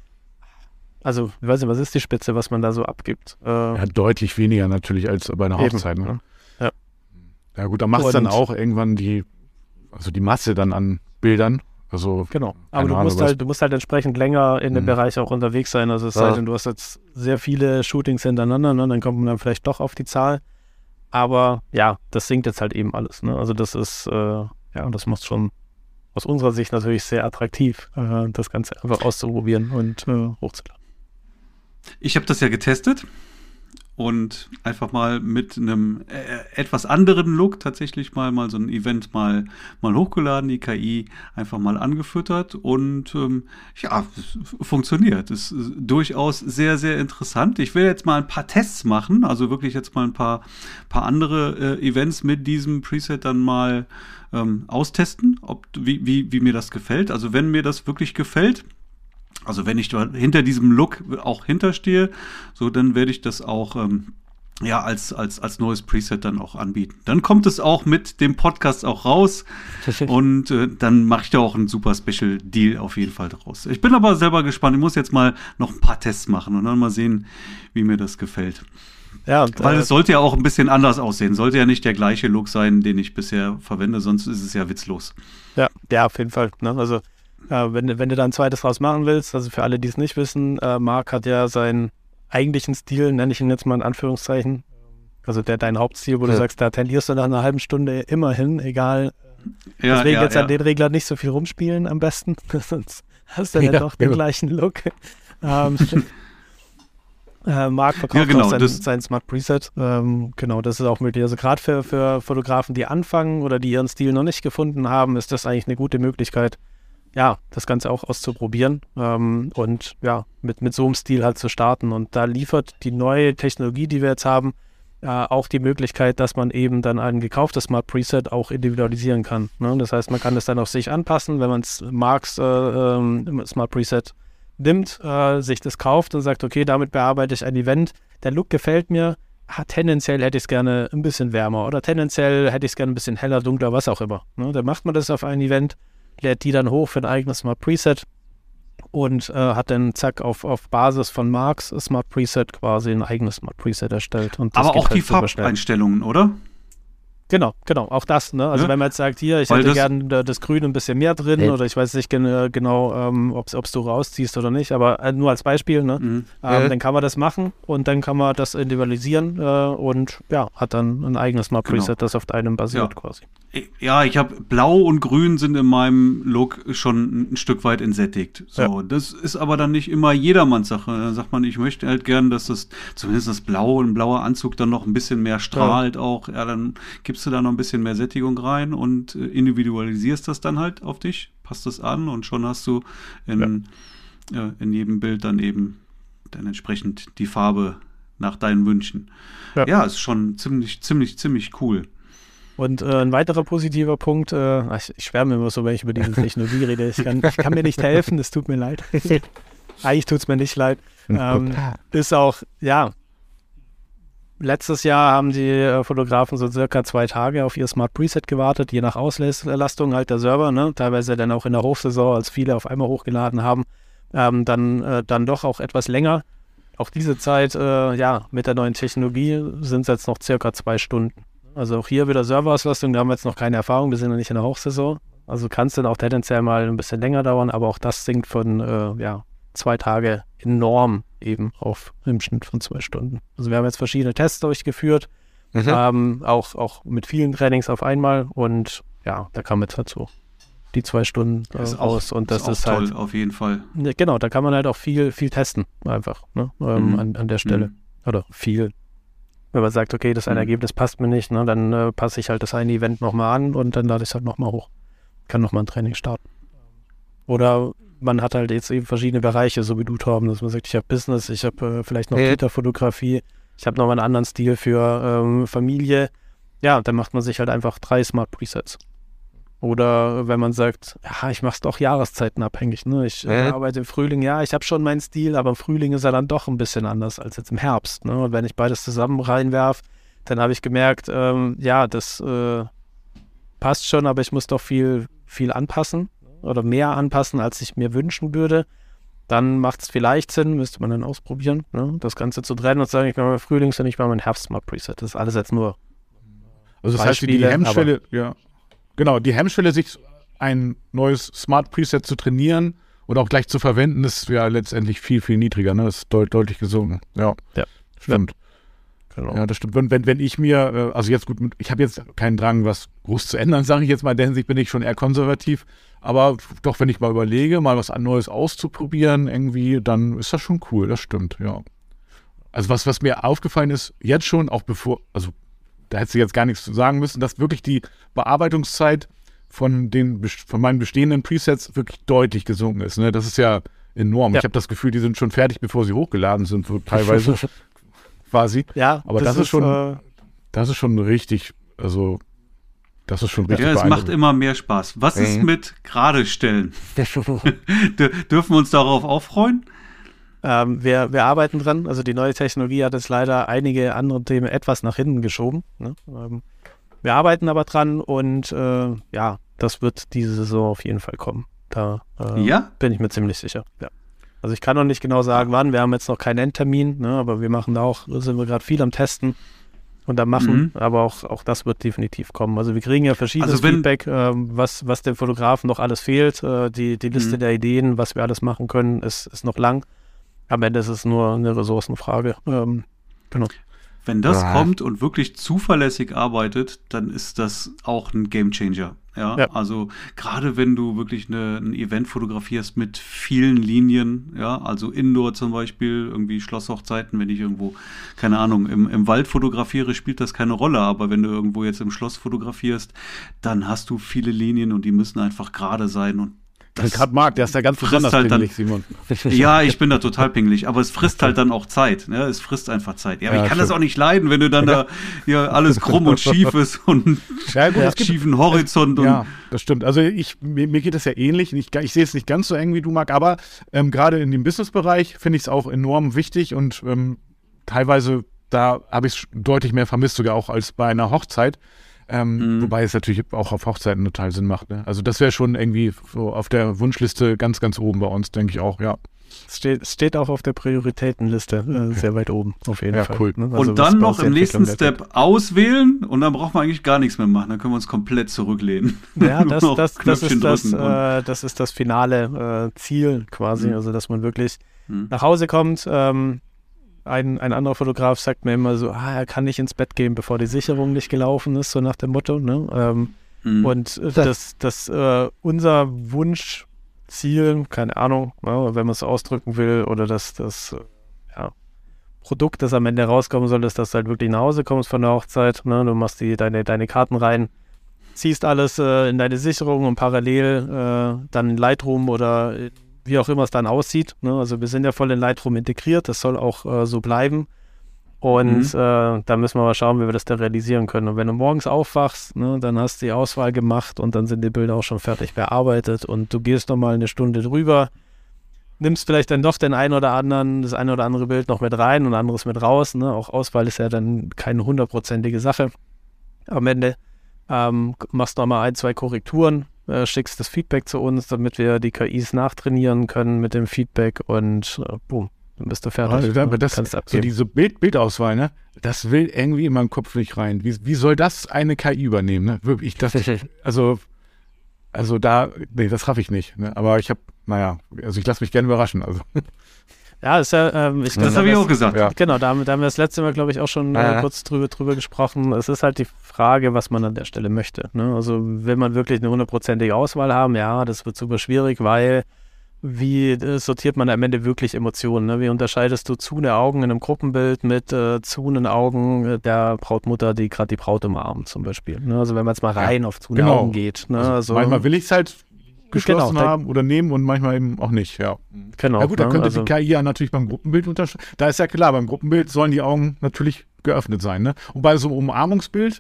also ich weiß nicht, was ist die Spitze, was man da so abgibt? Äh, Ja, deutlich weniger natürlich als bei einer eben, Hochzeit. Ne? ne? Ja gut, da macht es Und- dann auch irgendwann die, also die Masse dann an Bildern. Also Genau, aber Keine du Ahnung, musst was- halt, du musst halt entsprechend länger in dem Mhm. Bereich auch unterwegs sein. Also es Ja. sei denn, du hast jetzt sehr viele Shootings hintereinander, ne? Dann kommt man dann vielleicht doch auf die Zahl. Aber ja, das sinkt jetzt halt eben alles. Ne? Also das ist, äh, ja, das macht schon aus unserer Sicht natürlich sehr attraktiv, äh, das Ganze einfach auszuprobieren und äh, hochzuladen. Ich habe das ja getestet und einfach mal mit einem äh, etwas anderen Look tatsächlich mal mal so ein Event mal mal hochgeladen, die K I einfach mal angefüttert und ähm, ja, es funktioniert. Es ist durchaus sehr, sehr interessant. Ich will jetzt mal ein paar Tests machen, also wirklich jetzt mal ein paar, paar andere äh, Events mit diesem Preset dann mal ähm, austesten, ob, wie, wie, wie mir das gefällt. Also wenn mir das wirklich gefällt, also wenn ich dort hinter diesem Look auch hinterstehe, so dann werde ich das auch ähm, ja als, als, als neues Preset dann auch anbieten. Dann kommt es auch mit dem Podcast auch raus und äh, dann mache ich da auch einen super Special Deal auf jeden Fall draus. Ich bin aber selber gespannt. Ich muss jetzt mal noch ein paar Tests machen und dann mal sehen, wie mir das gefällt. Ja, und, Weil äh, es sollte ja auch ein bisschen anders aussehen. Sollte ja nicht der gleiche Look sein, den ich bisher verwende, sonst ist es ja witzlos. Ja, ja, auf jeden Fall. Ne? Also äh, wenn, du- wenn du da ein zweites draus machen willst, also für alle, die es nicht wissen, äh, Marc hat ja seinen eigentlichen Stil, nenne ich ihn jetzt mal in Anführungszeichen, also der dein Hauptstil, wo du Ja. sagst, da tendierst du nach einer halben Stunde immer hin, egal. Ja, Deswegen ja, jetzt ja. an den Reglern nicht so viel rumspielen am besten, sonst hast du ja, Ja, doch den genau. gleichen Look. ähm, äh, Marc verkauft Ja, genau, auch sein, das- sein Smart Preset. Ähm, genau, das ist auch möglich. Also gerade für, für Fotografen, die anfangen oder die ihren Stil noch nicht gefunden haben, ist das eigentlich eine gute Möglichkeit, ja, das Ganze auch auszuprobieren ähm, und ja, mit, mit so einem Stil halt zu starten. Und da liefert die neue Technologie, die wir jetzt haben, äh, auch die Möglichkeit, dass man eben dann ein gekauftes Smart Preset auch individualisieren kann. Ne? Das heißt, man kann das dann auf sich anpassen, wenn man es Marks äh, ähm, Smart Preset nimmt, äh, sich das kauft und sagt, okay, damit bearbeite ich ein Event. Der Look gefällt mir. Ah, tendenziell hätte ich es gerne ein bisschen wärmer oder tendenziell hätte ich es gerne ein bisschen heller, dunkler, was auch immer. Ne? Dann macht man das auf ein Event, lädt die dann hoch für ein eigenes Smart Preset und äh, hat dann zack auf, auf Basis von Marks Smart Preset quasi ein eigenes Smart Preset erstellt. Und das Aber geht auch halt die super schnell. Farbeinstellungen, oder? Genau, genau, auch das, ne? Also ja? wenn man jetzt sagt, hier, ich Weil hätte das, gern das Grün ein bisschen mehr drin ja. oder ich weiß nicht gen- genau, ähm, ob es du rausziehst oder nicht, aber äh, nur als Beispiel, ne? Mhm. Ähm, Ja. dann kann man das machen und dann kann man das individualisieren äh, und ja, hat dann ein eigenes Smart Genau. Preset, das auf einem basiert Ja. quasi. Ja, ich habe Blau und Grün sind in meinem Look schon ein Stück weit entsättigt. So, Ja. das ist aber dann nicht immer jedermanns Sache. Da sagt man, ich möchte halt gern, dass das zumindest das Blaue, ein blauer Anzug dann noch ein bisschen mehr strahlt auch. Ja, dann gibst du da noch ein bisschen mehr Sättigung rein und äh, individualisierst das dann halt auf dich, passt das an und schon hast du in, ja. äh, in jedem Bild dann eben dann entsprechend die Farbe nach deinen Wünschen. Ja. Ja, ist schon ziemlich, ziemlich, ziemlich cool. Und äh, ein weiterer positiver Punkt, äh, ach, ich, ich schwärme immer so, wenn ich über diese Technologie rede, ich kann, ich kann mir nicht helfen, es tut mir leid. Eigentlich tut es mir nicht leid. Ähm, ist auch, ja, letztes Jahr haben die äh, Fotografen so circa zwei Tage auf ihr Smart Preset gewartet, je nach Auslastung halt der Server, ne? Teilweise dann auch in der Hochsaison, als viele auf einmal hochgeladen haben, ähm, dann, äh, dann doch auch etwas länger. Auch diese Zeit, äh, ja, mit der neuen Technologie sind es jetzt noch circa zwei Stunden. Also auch hier wieder Serverauslastung, da haben wir jetzt noch keine Erfahrung, wir sind ja nicht in der Hochsaison. Also kann es dann auch tendenziell mal ein bisschen länger dauern, aber auch das sinkt von äh, ja, zwei Tage enorm eben auf im Schnitt von zwei Stunden. Also wir haben jetzt verschiedene Tests durchgeführt, Mhm. ähm, auch, auch mit vielen Trainings auf einmal und ja, da kam jetzt halt so die zwei Stunden äh, Das ist auch- aus und das ist ist, auch halt, toll, auf jeden Fall. ne, genau, da kann man halt auch viel, viel testen einfach ne, ähm, Mhm. an, an der Stelle. Mhm. Oder viel. Wenn man sagt, okay, das eine Mhm. Ergebnis passt mir nicht, ne, dann äh, passe ich halt das eine Event nochmal an und dann lade ich es halt nochmal hoch. Kann nochmal ein Training starten. Oder man hat halt jetzt eben verschiedene Bereiche, so wie du, Torben, dass man sagt, ich habe Business, ich habe äh, vielleicht noch Ja. Kita-Fotografie, ich habe nochmal einen anderen Stil für ähm, Familie. Ja, dann macht man sich halt einfach drei Smart Presets. Oder wenn man sagt, ja, ich mache es doch jahreszeitenabhängig. Ne? Ich äh, Ja. arbeite im Frühling, ja, ich habe schon meinen Stil, aber im Frühling ist er dann doch ein bisschen anders als jetzt im Herbst. Ne? Und wenn ich beides zusammen reinwerfe, dann habe ich gemerkt, ähm, ja, das äh, passt schon, aber ich muss doch viel, viel anpassen oder mehr anpassen, als ich mir wünschen würde. Dann macht es vielleicht Sinn, müsste man dann ausprobieren, ne? Das Ganze zu trennen und zu sagen, ich mache mein Frühlings- und ich mache mein Herbst-Smart-Preset. Das ist alles jetzt nur Also das heißt, die Beispiele, Hemmschwelle, ja, genau, die Hemmschwelle, sich ein neues Smart Preset zu trainieren und auch gleich zu verwenden, ist ja letztendlich viel, viel niedriger, ne? Das ist deut deutlich gesunken. Ja, Ja. stimmt. genau. Ja, das stimmt. Wenn, wenn, wenn ich mir, äh, also jetzt gut, ich habe jetzt keinen Drang, was groß zu ändern, sage ich jetzt mal, in der Hinsicht bin ich schon eher konservativ. Aber doch, wenn ich mal überlege, mal was Neues auszuprobieren, irgendwie, dann ist das schon cool, das stimmt, ja. Also was, was mir aufgefallen ist, jetzt schon, auch bevor, also da hättest du jetzt gar nichts zu sagen müssen, dass wirklich die Bearbeitungszeit von den von meinen bestehenden Presets wirklich deutlich gesunken ist. Ne? Das ist ja enorm. Ja. Ich habe das Gefühl, die sind schon fertig, bevor sie hochgeladen sind, so teilweise quasi. Ja, Aber das ist schon- äh, Das ist schon richtig, also das ist schon richtig Ja, es macht beeindruckend. immer mehr Spaß. Was ist Mhm. mit gerade stellen? Dür- Dürfen wir uns darauf auch freuen? Ähm, wir, wir arbeiten dran. Also die neue Technologie hat jetzt leider einige andere Themen etwas nach hinten geschoben. Ne? Ähm, wir arbeiten aber dran und äh, ja, das wird diese Saison auf jeden Fall kommen. Da äh, Ja? bin ich mir ziemlich sicher. Ja. Also ich kann noch nicht genau sagen, wann. Wir haben jetzt noch keinen Endtermin, ne? Aber wir machen da auch, sind wir gerade viel am Testen und am Machen. Mhm. Aber auch, auch das wird definitiv kommen. Also wir kriegen ja verschiedenes Also wenn- Feedback, ähm, was, was dem Fotografen noch alles fehlt. Äh, die, die Liste Mhm. der Ideen, was wir alles machen können, ist, ist noch lang. Am Ende ist es nur eine Ressourcenfrage. Ähm, genau. Wenn das Ah. kommt und wirklich zuverlässig arbeitet, dann ist das auch ein Gamechanger. Ja, Ja. also gerade wenn du wirklich eine, ein Event fotografierst mit vielen Linien, ja, also Indoor zum Beispiel, irgendwie Schlosshochzeiten, wenn ich irgendwo, keine Ahnung, im, im Wald fotografiere, spielt das keine Rolle, aber wenn du irgendwo jetzt im Schloss fotografierst, dann hast du viele Linien und die müssen einfach gerade sein und das Gerade Marc, der ist ja ganz frisst besonders halt dann- pingelig, Simon. ja, ich bin da total pingelig, aber es frisst halt dann auch Zeit. Ne? Es frisst einfach Zeit. Ja, aber Ja, ich kann das stimmt. auch nicht leiden, wenn du dann da ja, alles krumm und schief ist und Ja, gut, ja, es gibt- schiefen Horizont. Und, Ja, das stimmt. Also ich, mir, mir geht es ja ähnlich. Ich, ich sehe es nicht ganz so eng wie du, Marc, aber ähm, gerade in dem Business-Bereich finde ich es auch enorm wichtig und ähm, teilweise, da habe ich es deutlich mehr vermisst, sogar auch als bei einer Hochzeit. Ähm, Mhm. Wobei es natürlich auch auf Hochzeiten total Sinn macht. Ne? Also das wäre schon irgendwie so auf der Wunschliste ganz, ganz oben bei uns, denke ich auch, ja. Es steht, steht auch auf der Prioritätenliste äh, sehr weit oben, auf jeden Ja, Fall. cool. Ne? Also Und dann was noch im nächsten Entwicklung Step auswählen und dann braucht man eigentlich gar nichts mehr machen. Dann können wir uns komplett zurücklehnen. Ja, Nur das, noch das, das, Knöpfchen ist das, drücken und- äh, das ist das finale äh, Ziel quasi, Mhm. also dass man wirklich Mhm. nach Hause kommt. Ähm, ein, ein anderer Fotograf sagt mir immer so, ah, er kann nicht ins Bett gehen, bevor die Sicherung nicht gelaufen ist, so nach dem Motto. Ne? Ähm, Mhm. Und äh, das, das äh, unser Wunschziel, keine Ahnung, ja, wenn man es ausdrücken will, oder das, das äh, ja, Produkt, das am Ende rauskommen soll, ist, dass du halt wirklich nach Hause kommst von der Hochzeit. Ne? Du machst die, deine, deine Karten rein, ziehst alles äh, in deine Sicherung und parallel äh, dann in Lightroom oder äh, wie auch immer es dann aussieht. Ne? Also wir sind ja voll in Lightroom integriert, das soll auch äh, so bleiben. Und Mhm. äh, da müssen wir mal schauen, wie wir das da realisieren können. Und wenn du morgens aufwachst, ne, dann hast du die Auswahl gemacht und dann sind die Bilder auch schon fertig bearbeitet und du gehst nochmal eine Stunde drüber, nimmst vielleicht dann doch den einen oder anderen, das eine oder andere Bild noch mit rein und anderes mit raus. Ne? Auch Auswahl ist ja dann keine hundertprozentige Sache. Am Ende ähm, machst du nochmal ein, zwei Korrekturen, äh, schickst das Feedback zu uns, damit wir die K Is nachtrainieren können mit dem Feedback und äh, boom. Dann bist du fertig. Also, aber ne? das, Kannst so abgeben. diese Bild, Bildauswahl, ne? Das will irgendwie in meinen Kopf nicht rein. Wie, wie soll das eine K I übernehmen? Ne? Wirklich, das, also, also da, nee, das raff ich nicht. Ne? Aber ich habe, naja, also ich lasse mich gerne überraschen. Also, Ja, ist ja, ähm, ich Das habe ich auch gesagt. Ja. Genau, da, haben- da haben wir das letzte Mal, glaube ich, auch schon äh, Ja. kurz drüber, drüber gesprochen. Es ist halt die Frage, was man an der Stelle möchte. Ne? Also will man wirklich eine hundertprozentige Auswahl haben? Ja, das wird super schwierig, weil wie äh, sortiert man am Ende wirklich Emotionen? Ne? Wie unterscheidest du zuhende Augen in einem Gruppenbild mit äh, zuhenden Augen äh, der Brautmutter, die gerade die Braut umarmt zum Beispiel? Ne? Also wenn man jetzt mal rein auf zuhende genau. Augen geht. Ne? also Also, manchmal will ich es halt geschlossen Genau, da- haben oder nehmen und manchmal eben auch nicht, ja. genau, Ja gut, da ne? könnte also, die K I ja natürlich beim Gruppenbild unterscheiden. Da ist ja klar, beim Gruppenbild sollen die Augen natürlich geöffnet sein. Ne? Und bei so einem Umarmungsbild,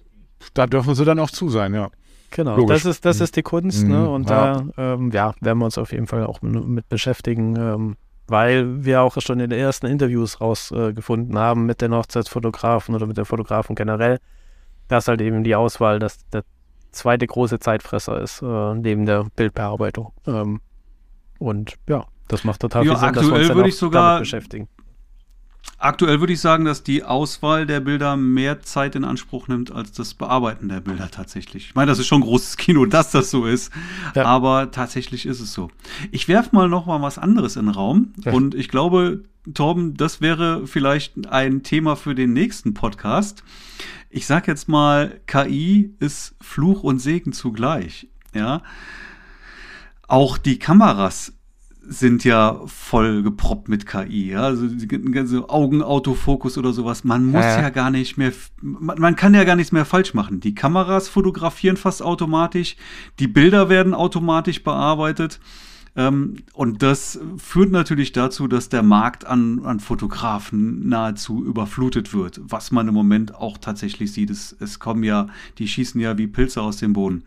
da dürfen sie dann auch zu sein, ja. Genau, Logisch. das ist, das ist die Kunst, ne? Mhm, Und ja. da ähm, ja, werden wir uns auf jeden Fall auch mit, mit beschäftigen, ähm, weil wir auch schon in den ersten Interviews rausgefunden äh, haben mit den Hochzeitsfotografen oder mit den Fotografen generell, dass halt eben die Auswahl das, der zweite große Zeitfresser ist, äh, neben der Bildbearbeitung. Ähm, und ja, das macht total Ja, viel Sinn, dass wir aktuell uns dann würde auch ich sogar- damit beschäftigen. Aktuell würde ich sagen, dass die Auswahl der Bilder mehr Zeit in Anspruch nimmt als das Bearbeiten der Bilder tatsächlich. Ich meine, das ist schon großes Kino, dass das so ist, Ja. aber tatsächlich ist es so. Ich werfe mal noch mal was anderes in den Raum Ja. und ich glaube, Torben, das wäre vielleicht ein Thema für den nächsten Podcast. Ich sage jetzt mal, K I ist Fluch und Segen zugleich. Ja, auch die Kameras sind ja voll geproppt mit K I, ja, also die ganze Augenautofokus oder sowas, man muss Ja. ja gar nicht mehr, man, man kann ja gar nichts mehr falsch machen. Die Kameras fotografieren fast automatisch, die Bilder werden automatisch bearbeitet ähm, und das führt natürlich dazu, dass der Markt an, an Fotografen nahezu überflutet wird, was man im Moment auch tatsächlich sieht. Es, es kommen ja, die schießen ja wie Pilze aus dem Boden.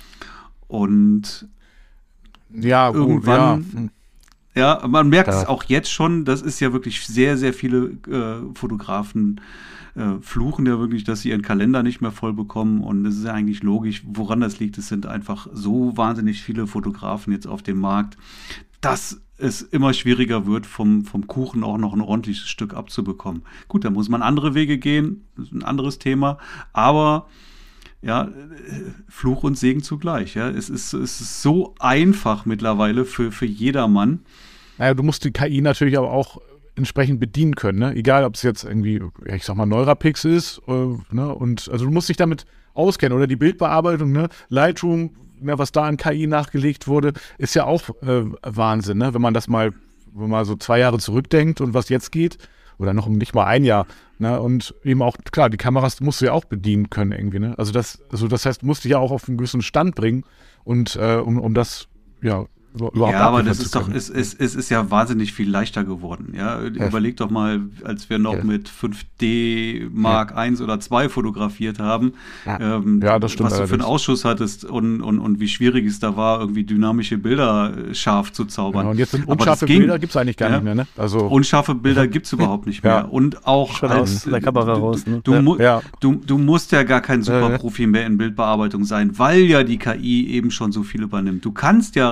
Und Ja, gut, Irgendwann- ja. ja, man merkt es Ja. auch jetzt schon, das ist ja wirklich sehr, sehr viele äh, Fotografen äh, fluchen ja wirklich, dass sie ihren Kalender nicht mehr voll bekommen und es ist ja eigentlich logisch, woran das liegt. Es sind einfach so wahnsinnig viele Fotografen jetzt auf dem Markt, dass es immer schwieriger wird, vom, vom Kuchen auch noch ein ordentliches Stück abzubekommen. Gut, da muss man andere Wege gehen, das ist ein anderes Thema, aber ja, äh, Fluch und Segen zugleich. Ja. Es ist, es ist so einfach mittlerweile für, für jedermann. Naja, du musst die K I natürlich aber auch entsprechend bedienen können, ne? Egal, ob es jetzt irgendwie, ja, ich sag mal, Neurapix ist, äh, ne? Und also du musst dich damit auskennen. Oder die Bildbearbeitung, ne? Lightroom, ne, was da an K I nachgelegt wurde, ist ja auch äh, Wahnsinn, ne? Wenn man das mal, wenn man mal so zwei Jahre zurückdenkt und was jetzt geht, oder noch nicht mal ein Jahr, ne? Und eben auch, klar, die Kameras musst du ja auch bedienen können irgendwie, ne? Also das, also das heißt, du musst dich ja auch auf einen gewissen Stand bringen und äh, um, um das, ja, über- überhaupt Ja, aber abliefern das zu ist doch, können. es, es, es ist ja wahnsinnig viel leichter geworden. Ja? Überleg doch mal, als wir noch Ja. mit fünf D Mark eins oder zwei fotografiert haben, Ja. ähm, Ja, das stimmt was du für einen allerdings. Ausschuss hattest und, und, und wie schwierig es da war, irgendwie dynamische Bilder äh, scharf zu zaubern. Genau, und jetzt sind Aber das unscharfe ging. Bilder, gibt es eigentlich gar Ja. nicht mehr, ne? Also, Unscharfe Bilder gibt es überhaupt nicht mehr. Ja. Und auch Schon als, aus der Kamera du, raus, ne? Du, Ja. mu Ja. du, du musst ja gar kein Ja, ja. Superprofi mehr in Bildbearbeitung sein, weil ja die K I eben schon so viel übernimmt. Du kannst ja rein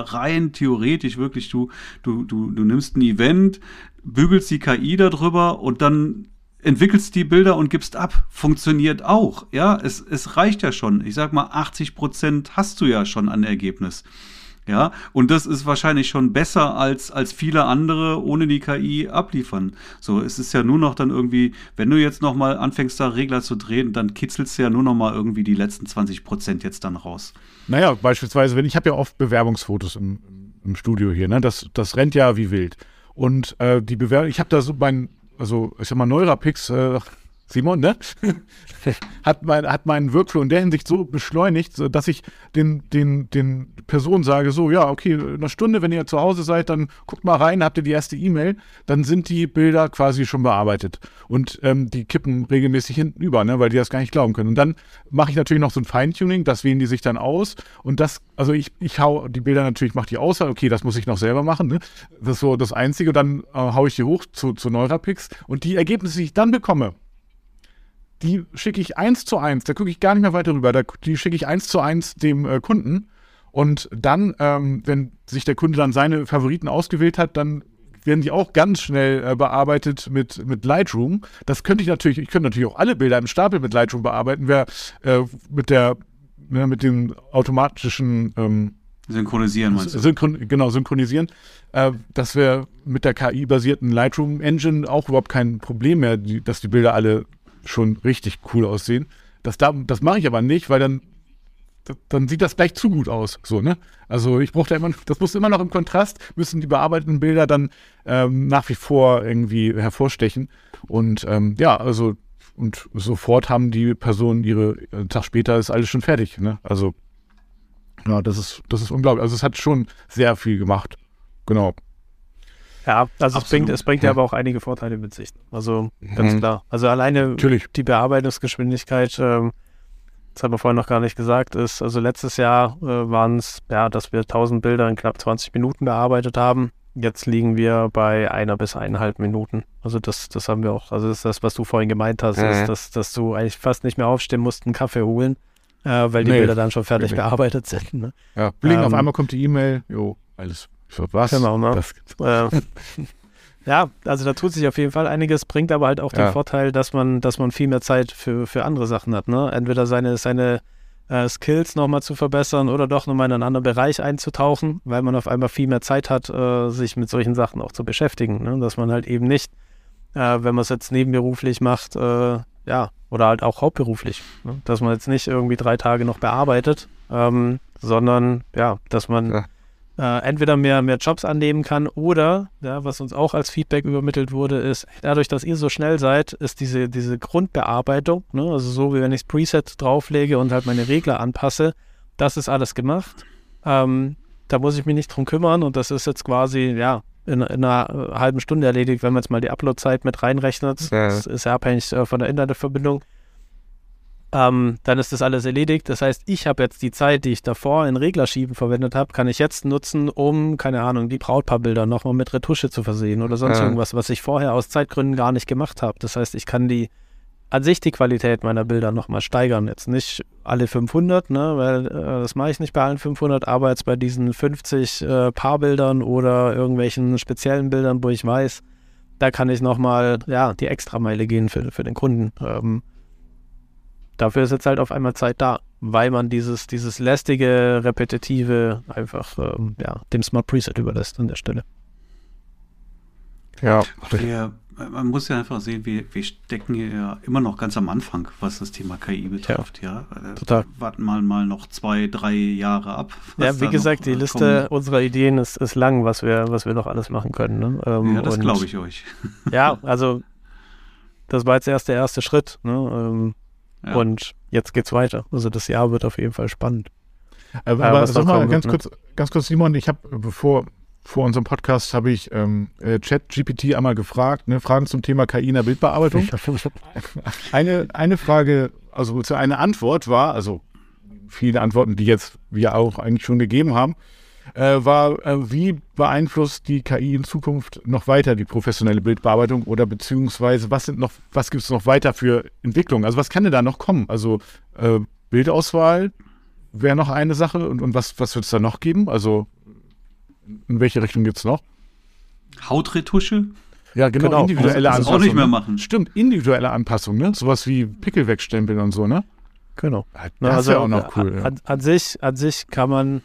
rein theoretisch wirklich, du, du, du, du nimmst ein Event, bügelst die K I darüber und dann entwickelst die Bilder und gibst ab. Funktioniert auch, ja, es, es reicht ja schon. Ich sag mal, achtzig Prozent hast du ja schon an Ergebnis. Ja, und das ist wahrscheinlich schon besser als, als viele andere ohne die K I abliefern. So, es ist ja nur noch dann irgendwie, wenn du jetzt noch mal anfängst, da Regler zu drehen, dann kitzelst du ja nur noch mal irgendwie die letzten zwanzig Prozent jetzt dann raus. Naja, beispielsweise, wenn ich habe ja oft Bewerbungsfotos im, im Studio hier, ne? Das, das rennt ja wie wild. Und äh, die Bewerbung, ich habe da so mein, also ich sag mal, Neurapix, äh, Simon, ne? hat, mein, hat meinen Workflow in der Hinsicht so beschleunigt, dass ich den, den, den Personen sage, so, ja, okay, in einer Stunde, wenn ihr zu Hause seid, dann guckt mal rein, habt ihr die erste E-Mail, dann sind die Bilder quasi schon bearbeitet. Und ähm, die kippen regelmäßig hinten über, ne, weil die das gar nicht glauben können. Und dann mache ich natürlich noch so ein Feintuning, das wählen die sich dann aus. Und das, also ich, ich hau die Bilder natürlich, mache die Auswahl, okay, das muss ich noch selber machen, ne? Das ist so das Einzige. Und dann äh, haue ich die hoch zu, zu Neurapix. Und die Ergebnisse, die ich dann bekomme, die schicke ich eins zu eins, da gucke ich gar nicht mehr weiter rüber, da, die schicke ich eins zu eins dem äh, Kunden und dann, ähm, wenn sich der Kunde dann seine Favoriten ausgewählt hat, dann werden die auch ganz schnell äh, bearbeitet mit, mit Lightroom. Das könnte ich natürlich, ich könnte natürlich auch alle Bilder im Stapel mit Lightroom bearbeiten, wer äh, mit der, ja, mit dem automatischen ähm, Synchronisieren meinst du? Synchron, genau, synchronisieren. Äh, dass wir mit der K I-basierten Lightroom-Engine auch überhaupt kein Problem mehr, die, dass die Bilder alle schon richtig cool aussehen. Das, da, das mache ich aber nicht, weil dann, dann sieht das gleich zu gut aus. So, ne? Also ich brauche da immer, das muss immer noch im Kontrast, müssen die bearbeiteten Bilder dann ähm, nach wie vor irgendwie hervorstechen. Und ähm, ja, also und sofort haben die Personen ihre, einen Tag später ist alles schon fertig. Ne? Also ja, das ist, das ist unglaublich. Also es hat schon sehr viel gemacht. Genau. Ja, also es bringt, es bringt ja ja aber auch einige Vorteile mit sich. Also ganz mhm. klar. Also alleine Natürlich. Die Bearbeitungsgeschwindigkeit, ähm, das haben wir vorhin noch gar nicht gesagt, ist, also letztes Jahr äh, waren es, ja, dass wir tausend Bilder in knapp zwanzig Minuten bearbeitet haben. Jetzt liegen wir bei einer bis eineinhalb Minuten. Also das, das haben wir auch, also das ist das, was du vorhin gemeint hast, mhm. ist, dass, dass du eigentlich fast nicht mehr aufstehen musst, einen Kaffee holen, äh, weil die Nee, Bilder dann schon fertig nee. bearbeitet sind. Ne? Ja, bling, Ähm, auf einmal kommt die E-Mail, jo, alles. So, was? Genau, ne? Das, Äh, ja, also da tut sich auf jeden Fall einiges, bringt aber halt auch Ja. den Vorteil, dass man, dass man viel mehr Zeit für, für andere Sachen hat, ne? Entweder seine, seine äh, Skills nochmal zu verbessern oder doch nochmal in einen anderen Bereich einzutauchen, weil man auf einmal viel mehr Zeit hat, äh, sich mit solchen Sachen auch zu beschäftigen, ne? Dass man halt eben nicht, äh, wenn man es jetzt nebenberuflich macht, äh, ja, oder halt auch hauptberuflich, ne? Dass man jetzt nicht irgendwie drei Tage noch bearbeitet, ähm, sondern ja, dass man Ja. äh, entweder mehr, mehr Jobs annehmen kann oder, ja, was uns auch als Feedback übermittelt wurde, ist, dadurch, dass ihr so schnell seid, ist diese, diese Grundbearbeitung, ne, also so wie wenn ich das Preset drauflege und halt meine Regler anpasse, das ist alles gemacht. Ähm, da muss ich mich nicht drum kümmern und das ist jetzt quasi, ja, in, in einer äh, halben Stunde erledigt, wenn man jetzt mal die Upload-Zeit mit reinrechnet. Ja. Das ist ja abhängig äh, von der Internetverbindung. Ähm, dann ist das alles erledigt. Das heißt, ich habe jetzt die Zeit, die ich davor in Reglerschieben verwendet habe, kann ich jetzt nutzen, um, keine Ahnung, die Brautpaarbilder nochmal mit Retusche zu versehen oder sonst Ja. irgendwas, was ich vorher aus Zeitgründen gar nicht gemacht habe. Das heißt, ich kann die an sich die Qualität meiner Bilder nochmal steigern. Jetzt nicht alle fünfhundert, ne, weil äh, das mache ich nicht bei allen fünfhundert, aber jetzt bei diesen fünfzig äh, Paarbildern oder irgendwelchen speziellen Bildern, wo ich weiß, da kann ich nochmal, ja, die Extrameile gehen für, für den Kunden. Ähm, Dafür ist jetzt halt auf einmal Zeit da, weil man dieses, dieses lästige, repetitive einfach ähm, ja, dem Smart Preset überlässt an der Stelle. Ja. Wir, man muss ja einfach sehen, wir, wir stecken hier ja immer noch ganz am Anfang, was das Thema K I betrifft. Ja, Äh, Total. Warten wir mal noch zwei, drei Jahre ab. was Ja, wie da gesagt, noch, die äh, Liste kommt. unserer Ideen ist, ist lang, was wir, was wir noch alles machen können. Ne? Ähm, Ja, das und- glaube ich euch. Ja, also das war jetzt erst der erste Schritt. Ne? Ähm, Ja. Und jetzt geht's weiter. Also das Jahr wird auf jeden Fall spannend. Äh, aber was sag da mal kommt, ganz ne? kurz, ganz kurz, Simon, ich habe bevor vor unserem Podcast habe ich ähm, äh, ChatGPT einmal gefragt, ne, Fragen zum Thema K I in der Bildbearbeitung. Eine, eine Frage, also eine Antwort war, also viele Antworten, die jetzt wir auch eigentlich schon gegeben haben, äh, war, äh, wie beeinflusst die K I in Zukunft noch weiter die professionelle Bildbearbeitung oder beziehungsweise was sind noch, was gibt es noch weiter für Entwicklungen? Also was kann denn da noch kommen? Also äh, Bildauswahl wäre noch eine Sache und, und was, was wird es da noch geben? Also in welche Richtung geht's noch? Hautretusche? Ja, genau, Genau, individuelle das Anpassung. auch nicht mehr ne? machen. Stimmt, individuelle Anpassung, ne? Sowas wie Pickel wegstempeln und so, ne? Genau. Das Ne, ist also ja auch noch cool. an, Ja. an, an, sich, an sich kann man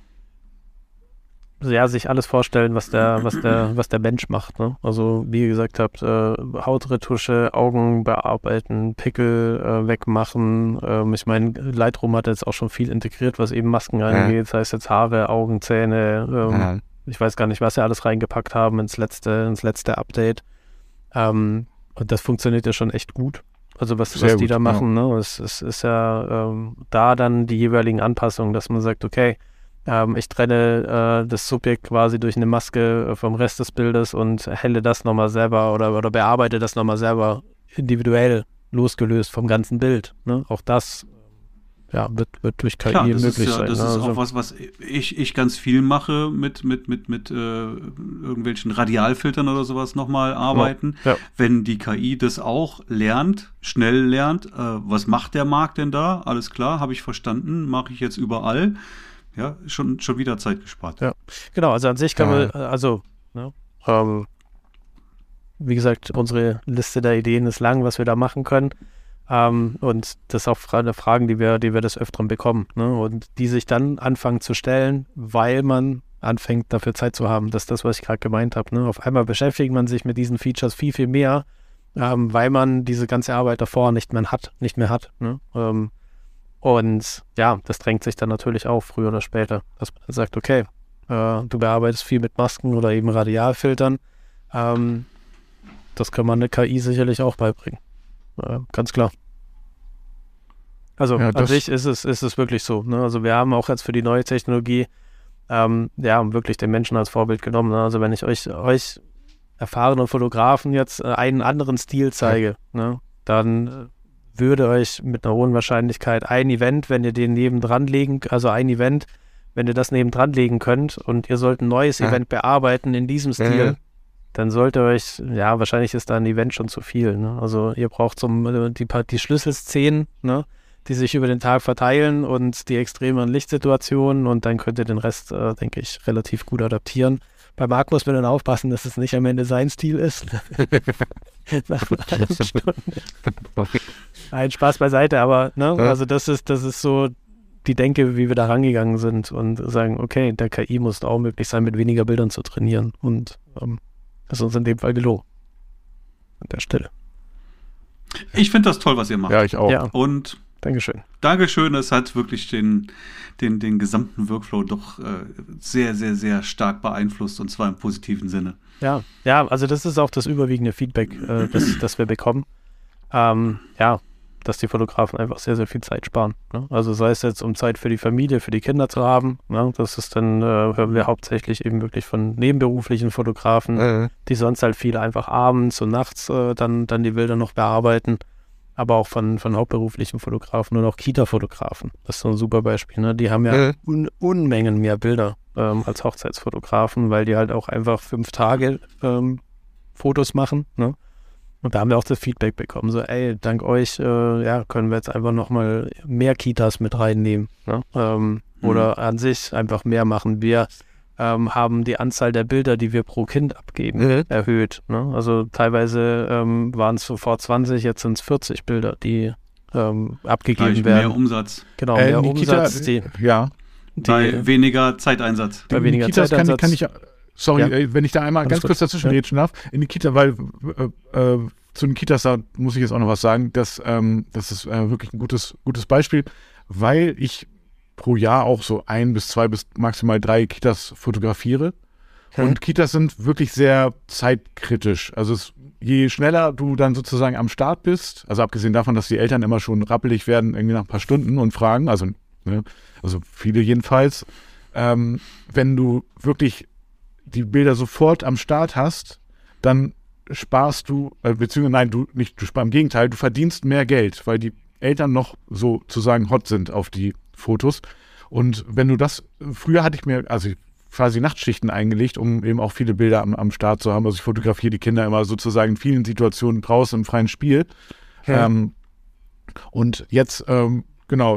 ja, sich alles vorstellen, was der, was der, was der Mensch macht. Ne? Also wie ihr gesagt habt, äh, Hautretusche, Augen bearbeiten, Pickel äh, wegmachen. Ähm, ich meine, Lightroom hat jetzt auch schon viel integriert, was eben Masken angeht, sei es jetzt Haare, Augen, Zähne. Ähm, Ja. Ich weiß gar nicht, was sie alles reingepackt haben ins letzte, ins letzte Update. Ähm, und das funktioniert ja schon echt gut. Also was, Sehr was die gut, da ja. machen, ne? Es, es ist ja ähm, da dann die jeweiligen Anpassungen, dass man sagt, okay, ähm, ich trenne äh, das Subjekt quasi durch eine Maske äh, vom Rest des Bildes und helle das nochmal selber oder, oder bearbeite das nochmal selber individuell losgelöst vom ganzen Bild. Ne? Auch das ja, wird, wird durch K I Klar, das möglich ist ja, sein. das ne? ist Also, auch was, was ich, ich ganz viel mache mit, mit, mit, mit äh, irgendwelchen Radialfiltern oder sowas nochmal arbeiten. ja. Wenn die K I das auch lernt, schnell lernt, äh, was macht der Markt denn da? Alles klar, habe ich verstanden, mache ich jetzt überall. Ja, schon, schon wieder Zeit gespart. Ja. Genau, also an sich kann Ja. man, äh, also, ne, ähm, wie gesagt, unsere Liste der Ideen ist lang, was wir da machen können. Ähm, und das ist auch fra- Fragen, die wir, die wir des Öfteren bekommen. Ne? Und die sich dann anfangen zu stellen, weil man anfängt, dafür Zeit zu haben. Das ist das, was ich gerade gemeint habe. Ne? Auf einmal beschäftigt man sich mit diesen Features viel, viel mehr, ähm, weil man diese ganze Arbeit davor nicht mehr hat, nicht mehr hat. Ne? Ähm, und ja, das drängt sich dann natürlich auf, früher oder später, dass man dann sagt, okay, äh, du bearbeitest viel mit Masken oder eben Radialfiltern. Ähm, das kann man eine K I sicherlich auch beibringen. Äh, ganz klar. Also Ja, an das- sich ist es, ist es wirklich so. Ne? Also wir haben auch jetzt für die neue Technologie ähm, ja wirklich den Menschen als Vorbild genommen. Ne? Also wenn ich euch, euch erfahrenen Fotografen jetzt äh, einen anderen Stil zeige, ne? dann äh, würde euch mit einer hohen Wahrscheinlichkeit ein Event, wenn ihr den nebendran legen, also ein Event, wenn ihr das nebendran legen könnt und ihr sollt ein neues Ja. Event bearbeiten in diesem Stil, Ja. dann sollte euch, ja, wahrscheinlich ist da ein Event schon zu viel. Ne? Also ihr braucht zum, äh, die, paar- die Schlüsselszenen, ne? die sich über den Tag verteilen und die extremen Lichtsituationen und dann könnt ihr den Rest, äh, denke ich, relativ gut adaptieren. Bei Marc muss man dann aufpassen, dass es nicht am Ende sein Stil ist. Nach einer halben Stunde. Ein Spaß beiseite, aber ne, Ja. also das ist, das ist so die Denke, wie wir da rangegangen sind und sagen, okay, der K I muss auch möglich sein, mit weniger Bildern zu trainieren und ähm, das ist uns in dem Fall gelungen. An der Stelle. Ich finde das toll, was ihr macht. Ja, ich auch. Ja, Und Dankeschön. Dankeschön, es hat wirklich den, den, den gesamten Workflow doch äh, sehr, sehr, sehr stark beeinflusst und zwar im positiven Sinne. Ja, ja, also das ist auch das überwiegende Feedback, äh, das, das wir bekommen. Ähm, ja, dass die Fotografen einfach sehr, sehr viel Zeit sparen. Ne? Also sei es jetzt, um Zeit für die Familie, für die Kinder zu haben. Ne? Das ist dann, äh, hören wir hauptsächlich eben wirklich von nebenberuflichen Fotografen, Äh, die sonst halt viel einfach abends und nachts äh, dann, dann die Bilder noch bearbeiten. Aber auch von, von hauptberuflichen Fotografen und auch Kita-Fotografen. Das ist so ein super Beispiel. Ne? Die haben ja äh, Un Unmengen mehr Bilder ähm, als Hochzeitsfotografen, weil die halt auch einfach fünf Tage ähm, Fotos machen. Ne? Und da haben wir auch das Feedback bekommen, so ey, dank euch äh, ja, können wir jetzt einfach nochmal mehr Kitas mit reinnehmen. Ne? Ähm, Mhm. Oder an sich einfach mehr machen. Wir ähm, haben die Anzahl der Bilder, die wir pro Kind abgeben, äh. erhöht. Ne? Also teilweise ähm, waren es sofort zwanzig, jetzt sind es vierzig Bilder, die ähm, abgegeben Gleich werden. mehr Umsatz, Genau, Äh, mehr Nikita, Umsatz, die, ja. die bei weniger Zeiteinsatz. bei weniger Kitas kann, ich- Zeiteinsatz. kann ich, sorry, Ja. äh, wenn ich da einmal Alles ganz gut. kurz dazwischen Ja. reden darf. In die Kita, weil äh, äh, zu den Kitas, da muss ich jetzt auch noch was sagen. Das, ähm, das ist äh, wirklich ein gutes, gutes Beispiel, weil ich pro Jahr auch so ein bis zwei bis maximal drei Kitas fotografiere. Mhm. Und Kitas sind wirklich sehr zeitkritisch. Also es, je schneller du dann sozusagen am Start bist, also abgesehen davon, dass die Eltern immer schon rappelig werden, irgendwie nach ein paar Stunden und fragen, also, ne, also viele jedenfalls, ähm, wenn du wirklich die Bilder sofort am Start hast, dann sparst du, äh, beziehungsweise nein, du nicht, du sparst im Gegenteil, du verdienst mehr Geld, weil die Eltern noch sozusagen hot sind auf die Fotos. Und wenn du das, früher hatte ich mir, also quasi Nachtschichten eingelegt, um eben auch viele Bilder am, am Start zu haben. Also ich fotografiere die Kinder immer sozusagen in vielen Situationen draußen im freien Spiel. Ja. Ähm, und jetzt, ähm, genau,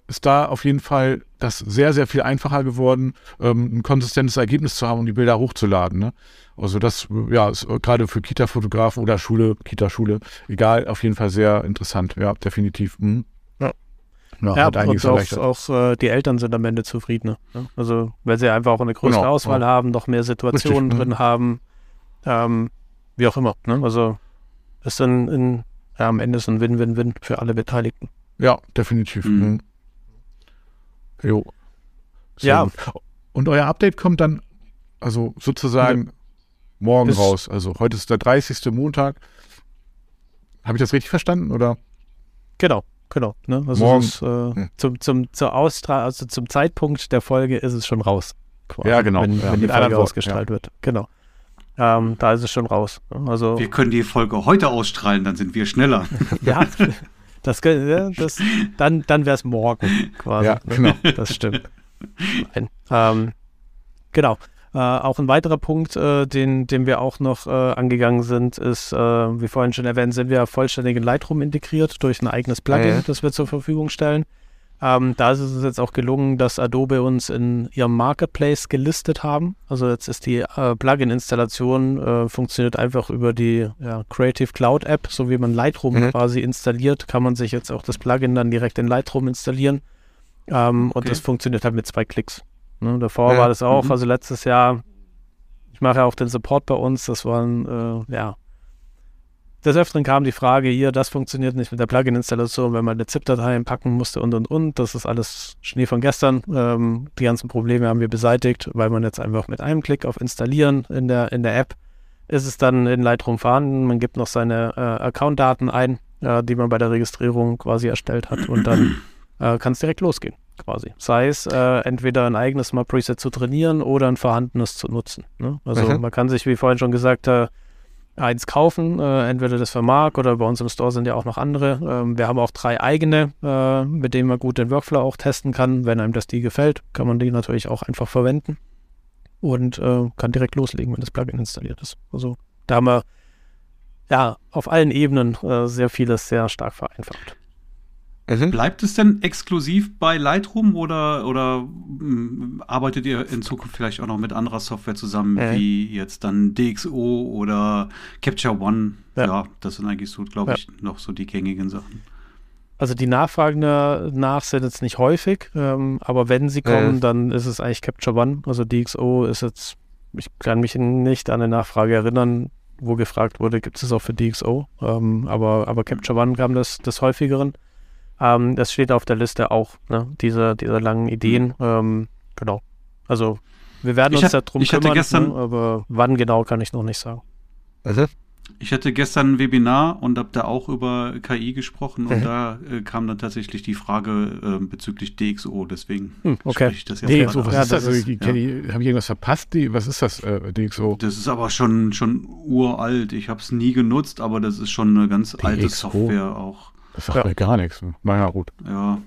ist da auf jeden Fall das sehr, sehr viel einfacher geworden, ähm, ein konsistentes Ergebnis zu haben und die Bilder hochzuladen. Ne? Also das, ja, ist gerade für Kita-Fotografen oder Schule, Kita-Schule, egal, auf jeden Fall sehr interessant. Ja, definitiv. Mhm. Ja, ja, ja hat einiges und auch, erleichtert. auch äh, die Eltern sind am Ende zufriedener. Ne? Also weil sie einfach auch eine größere Genau, Auswahl ja. haben, noch mehr Situationen Richtig, drin mhm. haben, ähm, wie auch immer. Ne? Also ist ein, ein, ja, am Ende ist ein Win-Win-Win für alle Beteiligten. Ja, definitiv. Mhm. Mhm. Jo. Sehr Ja. gut. Und euer Update kommt dann, also sozusagen morgen Ist- raus. Also heute ist der dreißigste Montag. Habe ich das richtig verstanden, oder? Genau, genau. Ne? Also Morgen. es ist, äh, Hm. zum, zum, zur Austra also zum Zeitpunkt der Folge ist es schon raus. quasi, Ja, genau. Wenn, Ja, wenn die mit anderen Folge Worten, ausgestrahlt wird. Genau. Ähm, da ist es schon raus. Ne? Also Wir können die Folge heute ausstrahlen, dann sind wir schneller. ja, das, kö- ja, das dann, dann wäre es morgen quasi. Ja, ne? genau. Das stimmt. Nein. Ähm, genau. Äh, auch ein weiterer Punkt, äh, den, den wir auch noch äh, angegangen sind, ist, äh, wie vorhin schon erwähnt, sind wir vollständig in Lightroom integriert durch ein eigenes Plugin, Mhm. das wir zur Verfügung stellen. Ähm, da ist es uns jetzt auch gelungen, dass Adobe uns in ihrem Marketplace gelistet haben. Also jetzt ist die äh, Plugin-Installation, äh, funktioniert einfach über die ja, Creative Cloud App, so wie man Lightroom Mhm. quasi installiert, kann man sich jetzt auch das Plugin dann direkt in Lightroom installieren. Ähm, Und Okay. das funktioniert halt mit zwei Klicks. Ne, davor Ja. war das auch, Mhm. also letztes Jahr, ich mache ja auch den Support bei uns, das waren, äh, ja, des Öfteren kam die Frage, hier, das funktioniert nicht mit der Plugin-Installation, wenn man eine ZIP-Datei einpacken musste und, und, und. Das ist alles Schnee von gestern. Ähm, die ganzen Probleme haben wir beseitigt, weil man jetzt einfach mit einem Klick auf Installieren in der, in der App ist es dann in Lightroom vorhanden. Man gibt noch seine äh, Account-Daten ein, äh, die man bei der Registrierung quasi erstellt hat und dann äh, kann es direkt losgehen, quasi. Sei es äh, entweder ein eigenes mal Preset zu trainieren oder ein vorhandenes zu nutzen. Ne? Also Mhm. man kann sich, wie vorhin schon gesagt, äh, eins kaufen, äh, entweder das Vermark oder bei uns im Store sind ja auch noch andere. Ähm, wir haben auch drei eigene, äh, mit denen man gut den Workflow auch testen kann. Wenn einem das die gefällt, kann man die natürlich auch einfach verwenden und äh, kann direkt loslegen, wenn das Plugin installiert ist. Also da haben wir ja auf allen Ebenen äh, sehr vieles sehr stark vereinfacht. Mhm. Bleibt es denn exklusiv bei Lightroom oder, oder mh, arbeitet ihr in Zukunft vielleicht auch noch mit anderer Software zusammen, Äh. wie jetzt dann D X O oder Capture One? Ja. Ja, das sind eigentlich so, glaube Ja. ich, noch so die gängigen Sachen. Also die Nachfragen danach sind jetzt nicht häufig, ähm, aber wenn sie kommen, Äh. dann ist es eigentlich Capture One. Also D X O ist jetzt, ich kann mich nicht an eine Nachfrage erinnern, wo gefragt wurde, gibt es auch für D X O? Ähm, aber, aber Capture One kam das des Häufigeren. Ähm, das steht auf der Liste auch, ne? diese, diese langen Ideen. Ähm, genau. Also wir werden Ich uns hab- darum ich hatte kümmern, gestern- ne? Aber wann genau kann ich noch nicht sagen. Also? Ich hatte gestern ein Webinar und habe da auch über K I gesprochen und Mhm. da äh, kam dann tatsächlich die Frage äh, bezüglich D X O, deswegen Hm, okay. spreche ich das jetzt D gerade X O, was an. Ja, ist das? das Also, ist- ich- ich- Habe ich irgendwas verpasst? Die, was ist das, äh, D X O? Das ist aber schon, schon uralt. Ich habe es nie genutzt, aber das ist schon eine ganz alte D X O? Software auch. Das sagt Ja. mir gar nichts. Na ja, gut. Ja.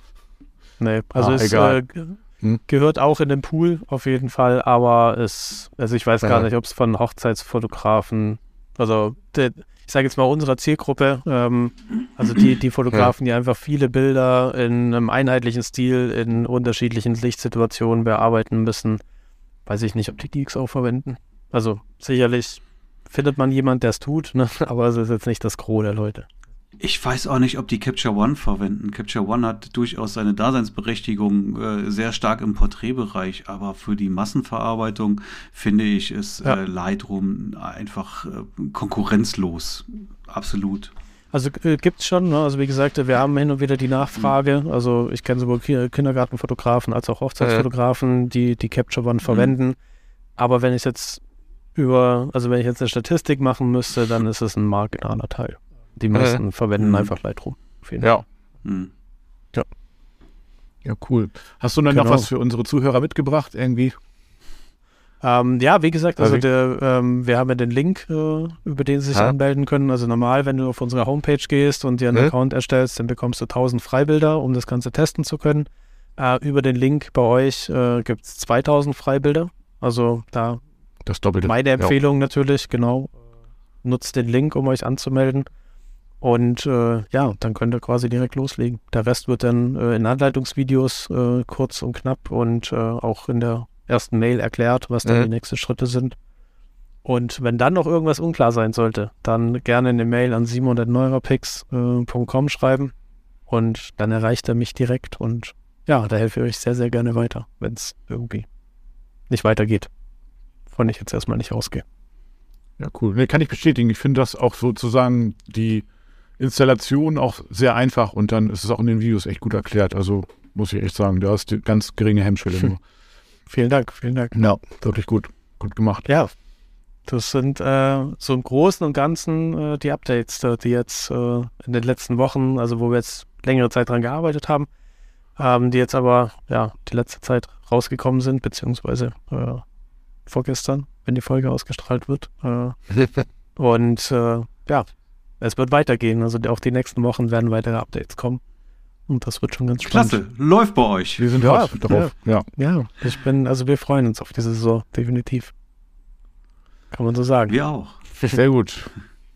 Nee, also Ah, es egal. äh, ge- Hm. gehört auch in den Pool auf jeden Fall, aber es, also ich weiß gar Ja. nicht, ob es von Hochzeitsfotografen, also de, ich sage jetzt mal unserer Zielgruppe, ähm, also die, die Fotografen, die einfach viele Bilder in einem einheitlichen Stil in unterschiedlichen Lichtsituationen bearbeiten müssen, weiß ich nicht, ob die D X O verwenden. Also sicherlich findet man jemand, der es tut, ne? Aber es ist jetzt nicht das Gros der Leute. Ich weiß auch nicht, ob die Capture One verwenden. Capture One hat durchaus seine Daseinsberechtigung äh, sehr stark im Porträtbereich, aber für die Massenverarbeitung finde ich ist Ja. äh, Lightroom einfach äh, konkurrenzlos. Absolut. Also äh, gibt es schon, ne? Also wie gesagt, wir haben hin und wieder die Nachfrage, also ich kenne sowohl Ki- Kindergartenfotografen als auch Hochzeitsfotografen, die die Capture One verwenden, aber wenn ich jetzt über, also wenn ich jetzt eine Statistik machen müsste, dann ist es ein marginaler Teil. Die meisten verwenden Mhm. einfach Lightroom. Auf jeden Fall. Ja. Hm. Ja, cool. Hast du dann Genau. noch was für unsere Zuhörer mitgebracht irgendwie? Ähm, ja, wie gesagt, also Also- der, ähm, wir haben ja den Link, äh, über den Sie sich Ja. anmelden können. Also normal, wenn du auf unsere Homepage gehst und dir einen Mhm. Account erstellst, dann bekommst du tausend Freibilder, um das Ganze testen zu können. Äh, über den Link bei euch äh, gibt es zweitausend Freibilder. Also da Das Doppelte. meine Empfehlung natürlich, genau. Nutzt den Link, um euch anzumelden. Und äh, ja, dann könnt ihr quasi direkt loslegen. Der Rest wird dann äh, in Anleitungsvideos äh, kurz und knapp und äh, auch in der ersten Mail erklärt, was dann Mhm. die nächsten Schritte sind. Und wenn dann noch irgendwas unklar sein sollte, dann gerne eine Mail an simon at neurapix punkt com schreiben und dann erreicht er mich direkt und ja, da helfe ich euch sehr, sehr gerne weiter, wenn es irgendwie nicht weitergeht, von ich jetzt erstmal nicht ausgehe. Ja, cool. Nee, kann ich bestätigen. Ich finde das auch sozusagen die Installation auch sehr einfach und dann ist es auch in den Videos echt gut erklärt. Also muss ich echt sagen, da ist die ganz geringe Hemmschwelle nur. Vielen Dank, vielen Dank. Ja, wirklich gut. Gut gemacht. Ja, das sind äh, so im Großen und Ganzen äh, die Updates, äh, die jetzt äh, in den letzten Wochen, also wo wir jetzt längere Zeit dran gearbeitet haben, ähm, die jetzt aber ja die letzte Zeit rausgekommen sind, beziehungsweise äh, vorgestern, wenn die Folge ausgestrahlt wird. Äh, und äh, ja, es wird weitergehen. Also die, auch die nächsten Wochen werden weitere Updates kommen. Und das wird schon ganz spannend. Klasse, läuft bei euch. Wir sind Ja, hot drauf. Ja. Ja, ich bin, also wir freuen uns auf diese Saison, definitiv. Kann man so sagen. Wir auch. Sehr gut.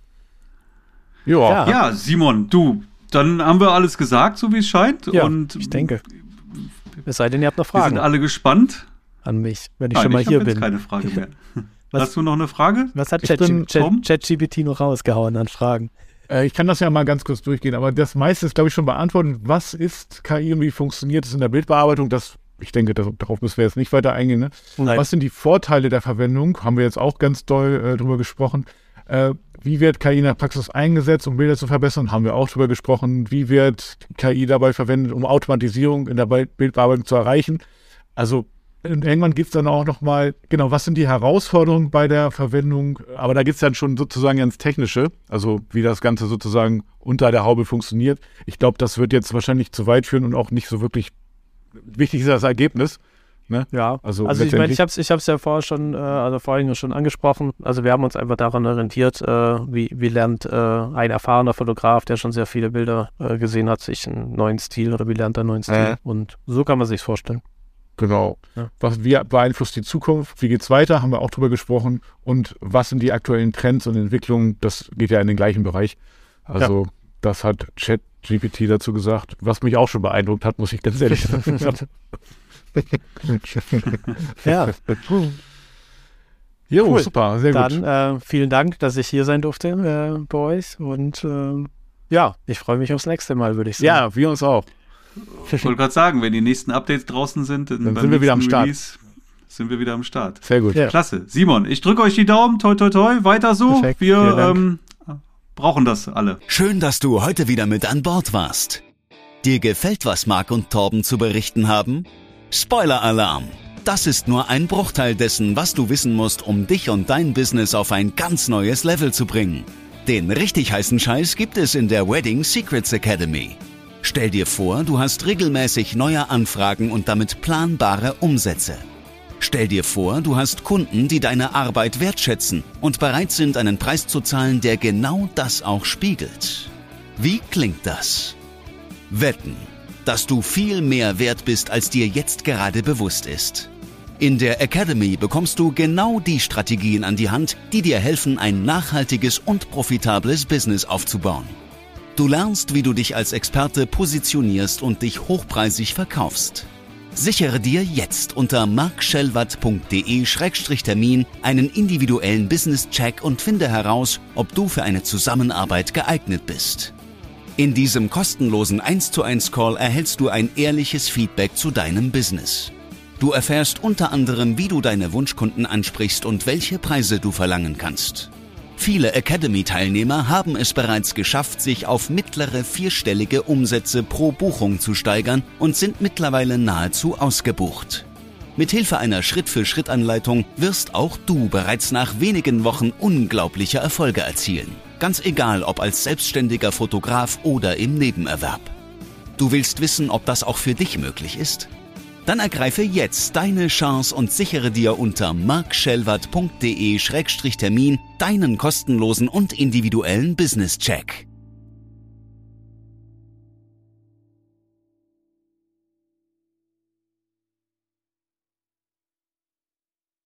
Ja. Ja. Ja, Simon, du, dann haben wir alles gesagt, so wie es scheint. Ja, und ich denke. Es sei denn, ihr habt noch Wir Fragen sind alle gespannt. an mich, wenn ich Nein, schon mal ich hier habe jetzt bin. keine Frage mehr. Was- Hast du noch eine Frage? Was hat Ich bin- Tom? ChatGPT noch rausgehauen an Fragen? Äh, ich kann das ja mal ganz kurz durchgehen, aber das meiste ist, glaube ich, schon beantwortet. Was ist K I und wie funktioniert es in der Bildbearbeitung? Das, ich denke, das, darauf müssen wir jetzt nicht weiter eingehen. Ne? Nein. Was sind die Vorteile der Verwendung? Haben wir jetzt auch ganz doll äh, drüber gesprochen. Äh, wie wird K I in der Praxis eingesetzt, um Bilder zu verbessern? Haben wir auch drüber gesprochen. Wie wird K I dabei verwendet, um Automatisierung in der Be- Bildbearbeitung zu erreichen? Also und irgendwann geht es dann auch nochmal, genau, was sind die Herausforderungen bei der Verwendung? Aber da geht es dann schon sozusagen ins Technische, also wie das Ganze sozusagen unter der Haube funktioniert. Ich glaube, das wird jetzt wahrscheinlich zu weit führen und auch nicht so wirklich, wichtig ist das Ergebnis. Ne? Ja, Also also, ich meine, letztendlich- ich habe es ich hab's ja vorher schon, äh, also vorhin schon angesprochen. Also wir haben uns einfach daran orientiert, äh, wie, wie lernt äh, ein erfahrener Fotograf, der schon sehr viele Bilder äh, gesehen hat, sich einen neuen Stil oder wie lernt er einen neuen Stil? Äh. Und so kann man sich vorstellen. Genau. Ja. Was, wie beeinflusst die Zukunft? Wie geht's weiter? Haben wir auch drüber gesprochen. Und was sind die aktuellen Trends und Entwicklungen? Das geht ja in den gleichen Bereich. Also das hat ChatGPT dazu gesagt, was mich auch schon beeindruckt hat, muss ich ganz ehrlich sagen. Ja, Jo, Cool. super, sehr gut. dann äh, vielen Dank, dass ich hier sein durfte äh, bei euch. Und ähm, ja, ich freue mich aufs nächste Mal, würde ich sagen. Ja, wir uns auch. Ich wollte gerade sagen, wenn die nächsten Updates draußen sind, dann, Dann beim sind wir wieder am nächsten Start. Release sind wir wieder am Start. Sehr gut. Ja. Klasse. Simon, ich drücke euch die Daumen. Toi, toi, toi. Weiter so. Perfekt. Wir Vielen Dank. ähm, brauchen das alle. Schön, dass du heute wieder mit an Bord warst. Dir gefällt, was Marc und Torben zu berichten haben? Spoiler-Alarm! Das ist nur ein Bruchteil dessen, was du wissen musst, um dich und dein Business auf ein ganz neues Level zu bringen. Den richtig heißen Scheiß gibt es in der Wedding Secrets Academy. Stell dir vor, du hast regelmäßig neue Anfragen und damit planbare Umsätze. Stell dir vor, du hast Kunden, die deine Arbeit wertschätzen und bereit sind, einen Preis zu zahlen, der genau das auch spiegelt. Wie klingt das? Wetten, dass du viel mehr wert bist, als dir jetzt gerade bewusst ist. In der Academy bekommst du genau die Strategien an die Hand, die dir helfen, ein nachhaltiges und profitables Business aufzubauen. Du lernst, wie du dich als Experte positionierst und dich hochpreisig verkaufst. Sichere dir jetzt unter markschellwatt.de Schrägstrich Termin einen individuellen Business-Check und finde heraus, ob du für eine Zusammenarbeit geeignet bist. In diesem kostenlosen eins zu eins Call erhältst du ein ehrliches Feedback zu deinem Business. Du erfährst unter anderem, wie du deine Wunschkunden ansprichst und welche Preise du verlangen kannst. Viele Academy-Teilnehmer haben es bereits geschafft, sich auf mittlere vierstellige Umsätze pro Buchung zu steigern und sind mittlerweile nahezu ausgebucht. Mithilfe einer Schritt-für-Schritt-Anleitung wirst auch du bereits nach wenigen Wochen unglaubliche Erfolge erzielen. Ganz egal, ob als selbstständiger Fotograf oder im Nebenerwerb. Du willst wissen, ob das auch für dich möglich ist? Dann ergreife jetzt deine Chance und sichere dir unter markschellwatt.de Schrägstrich Termin deinen kostenlosen und individuellen Business-Check.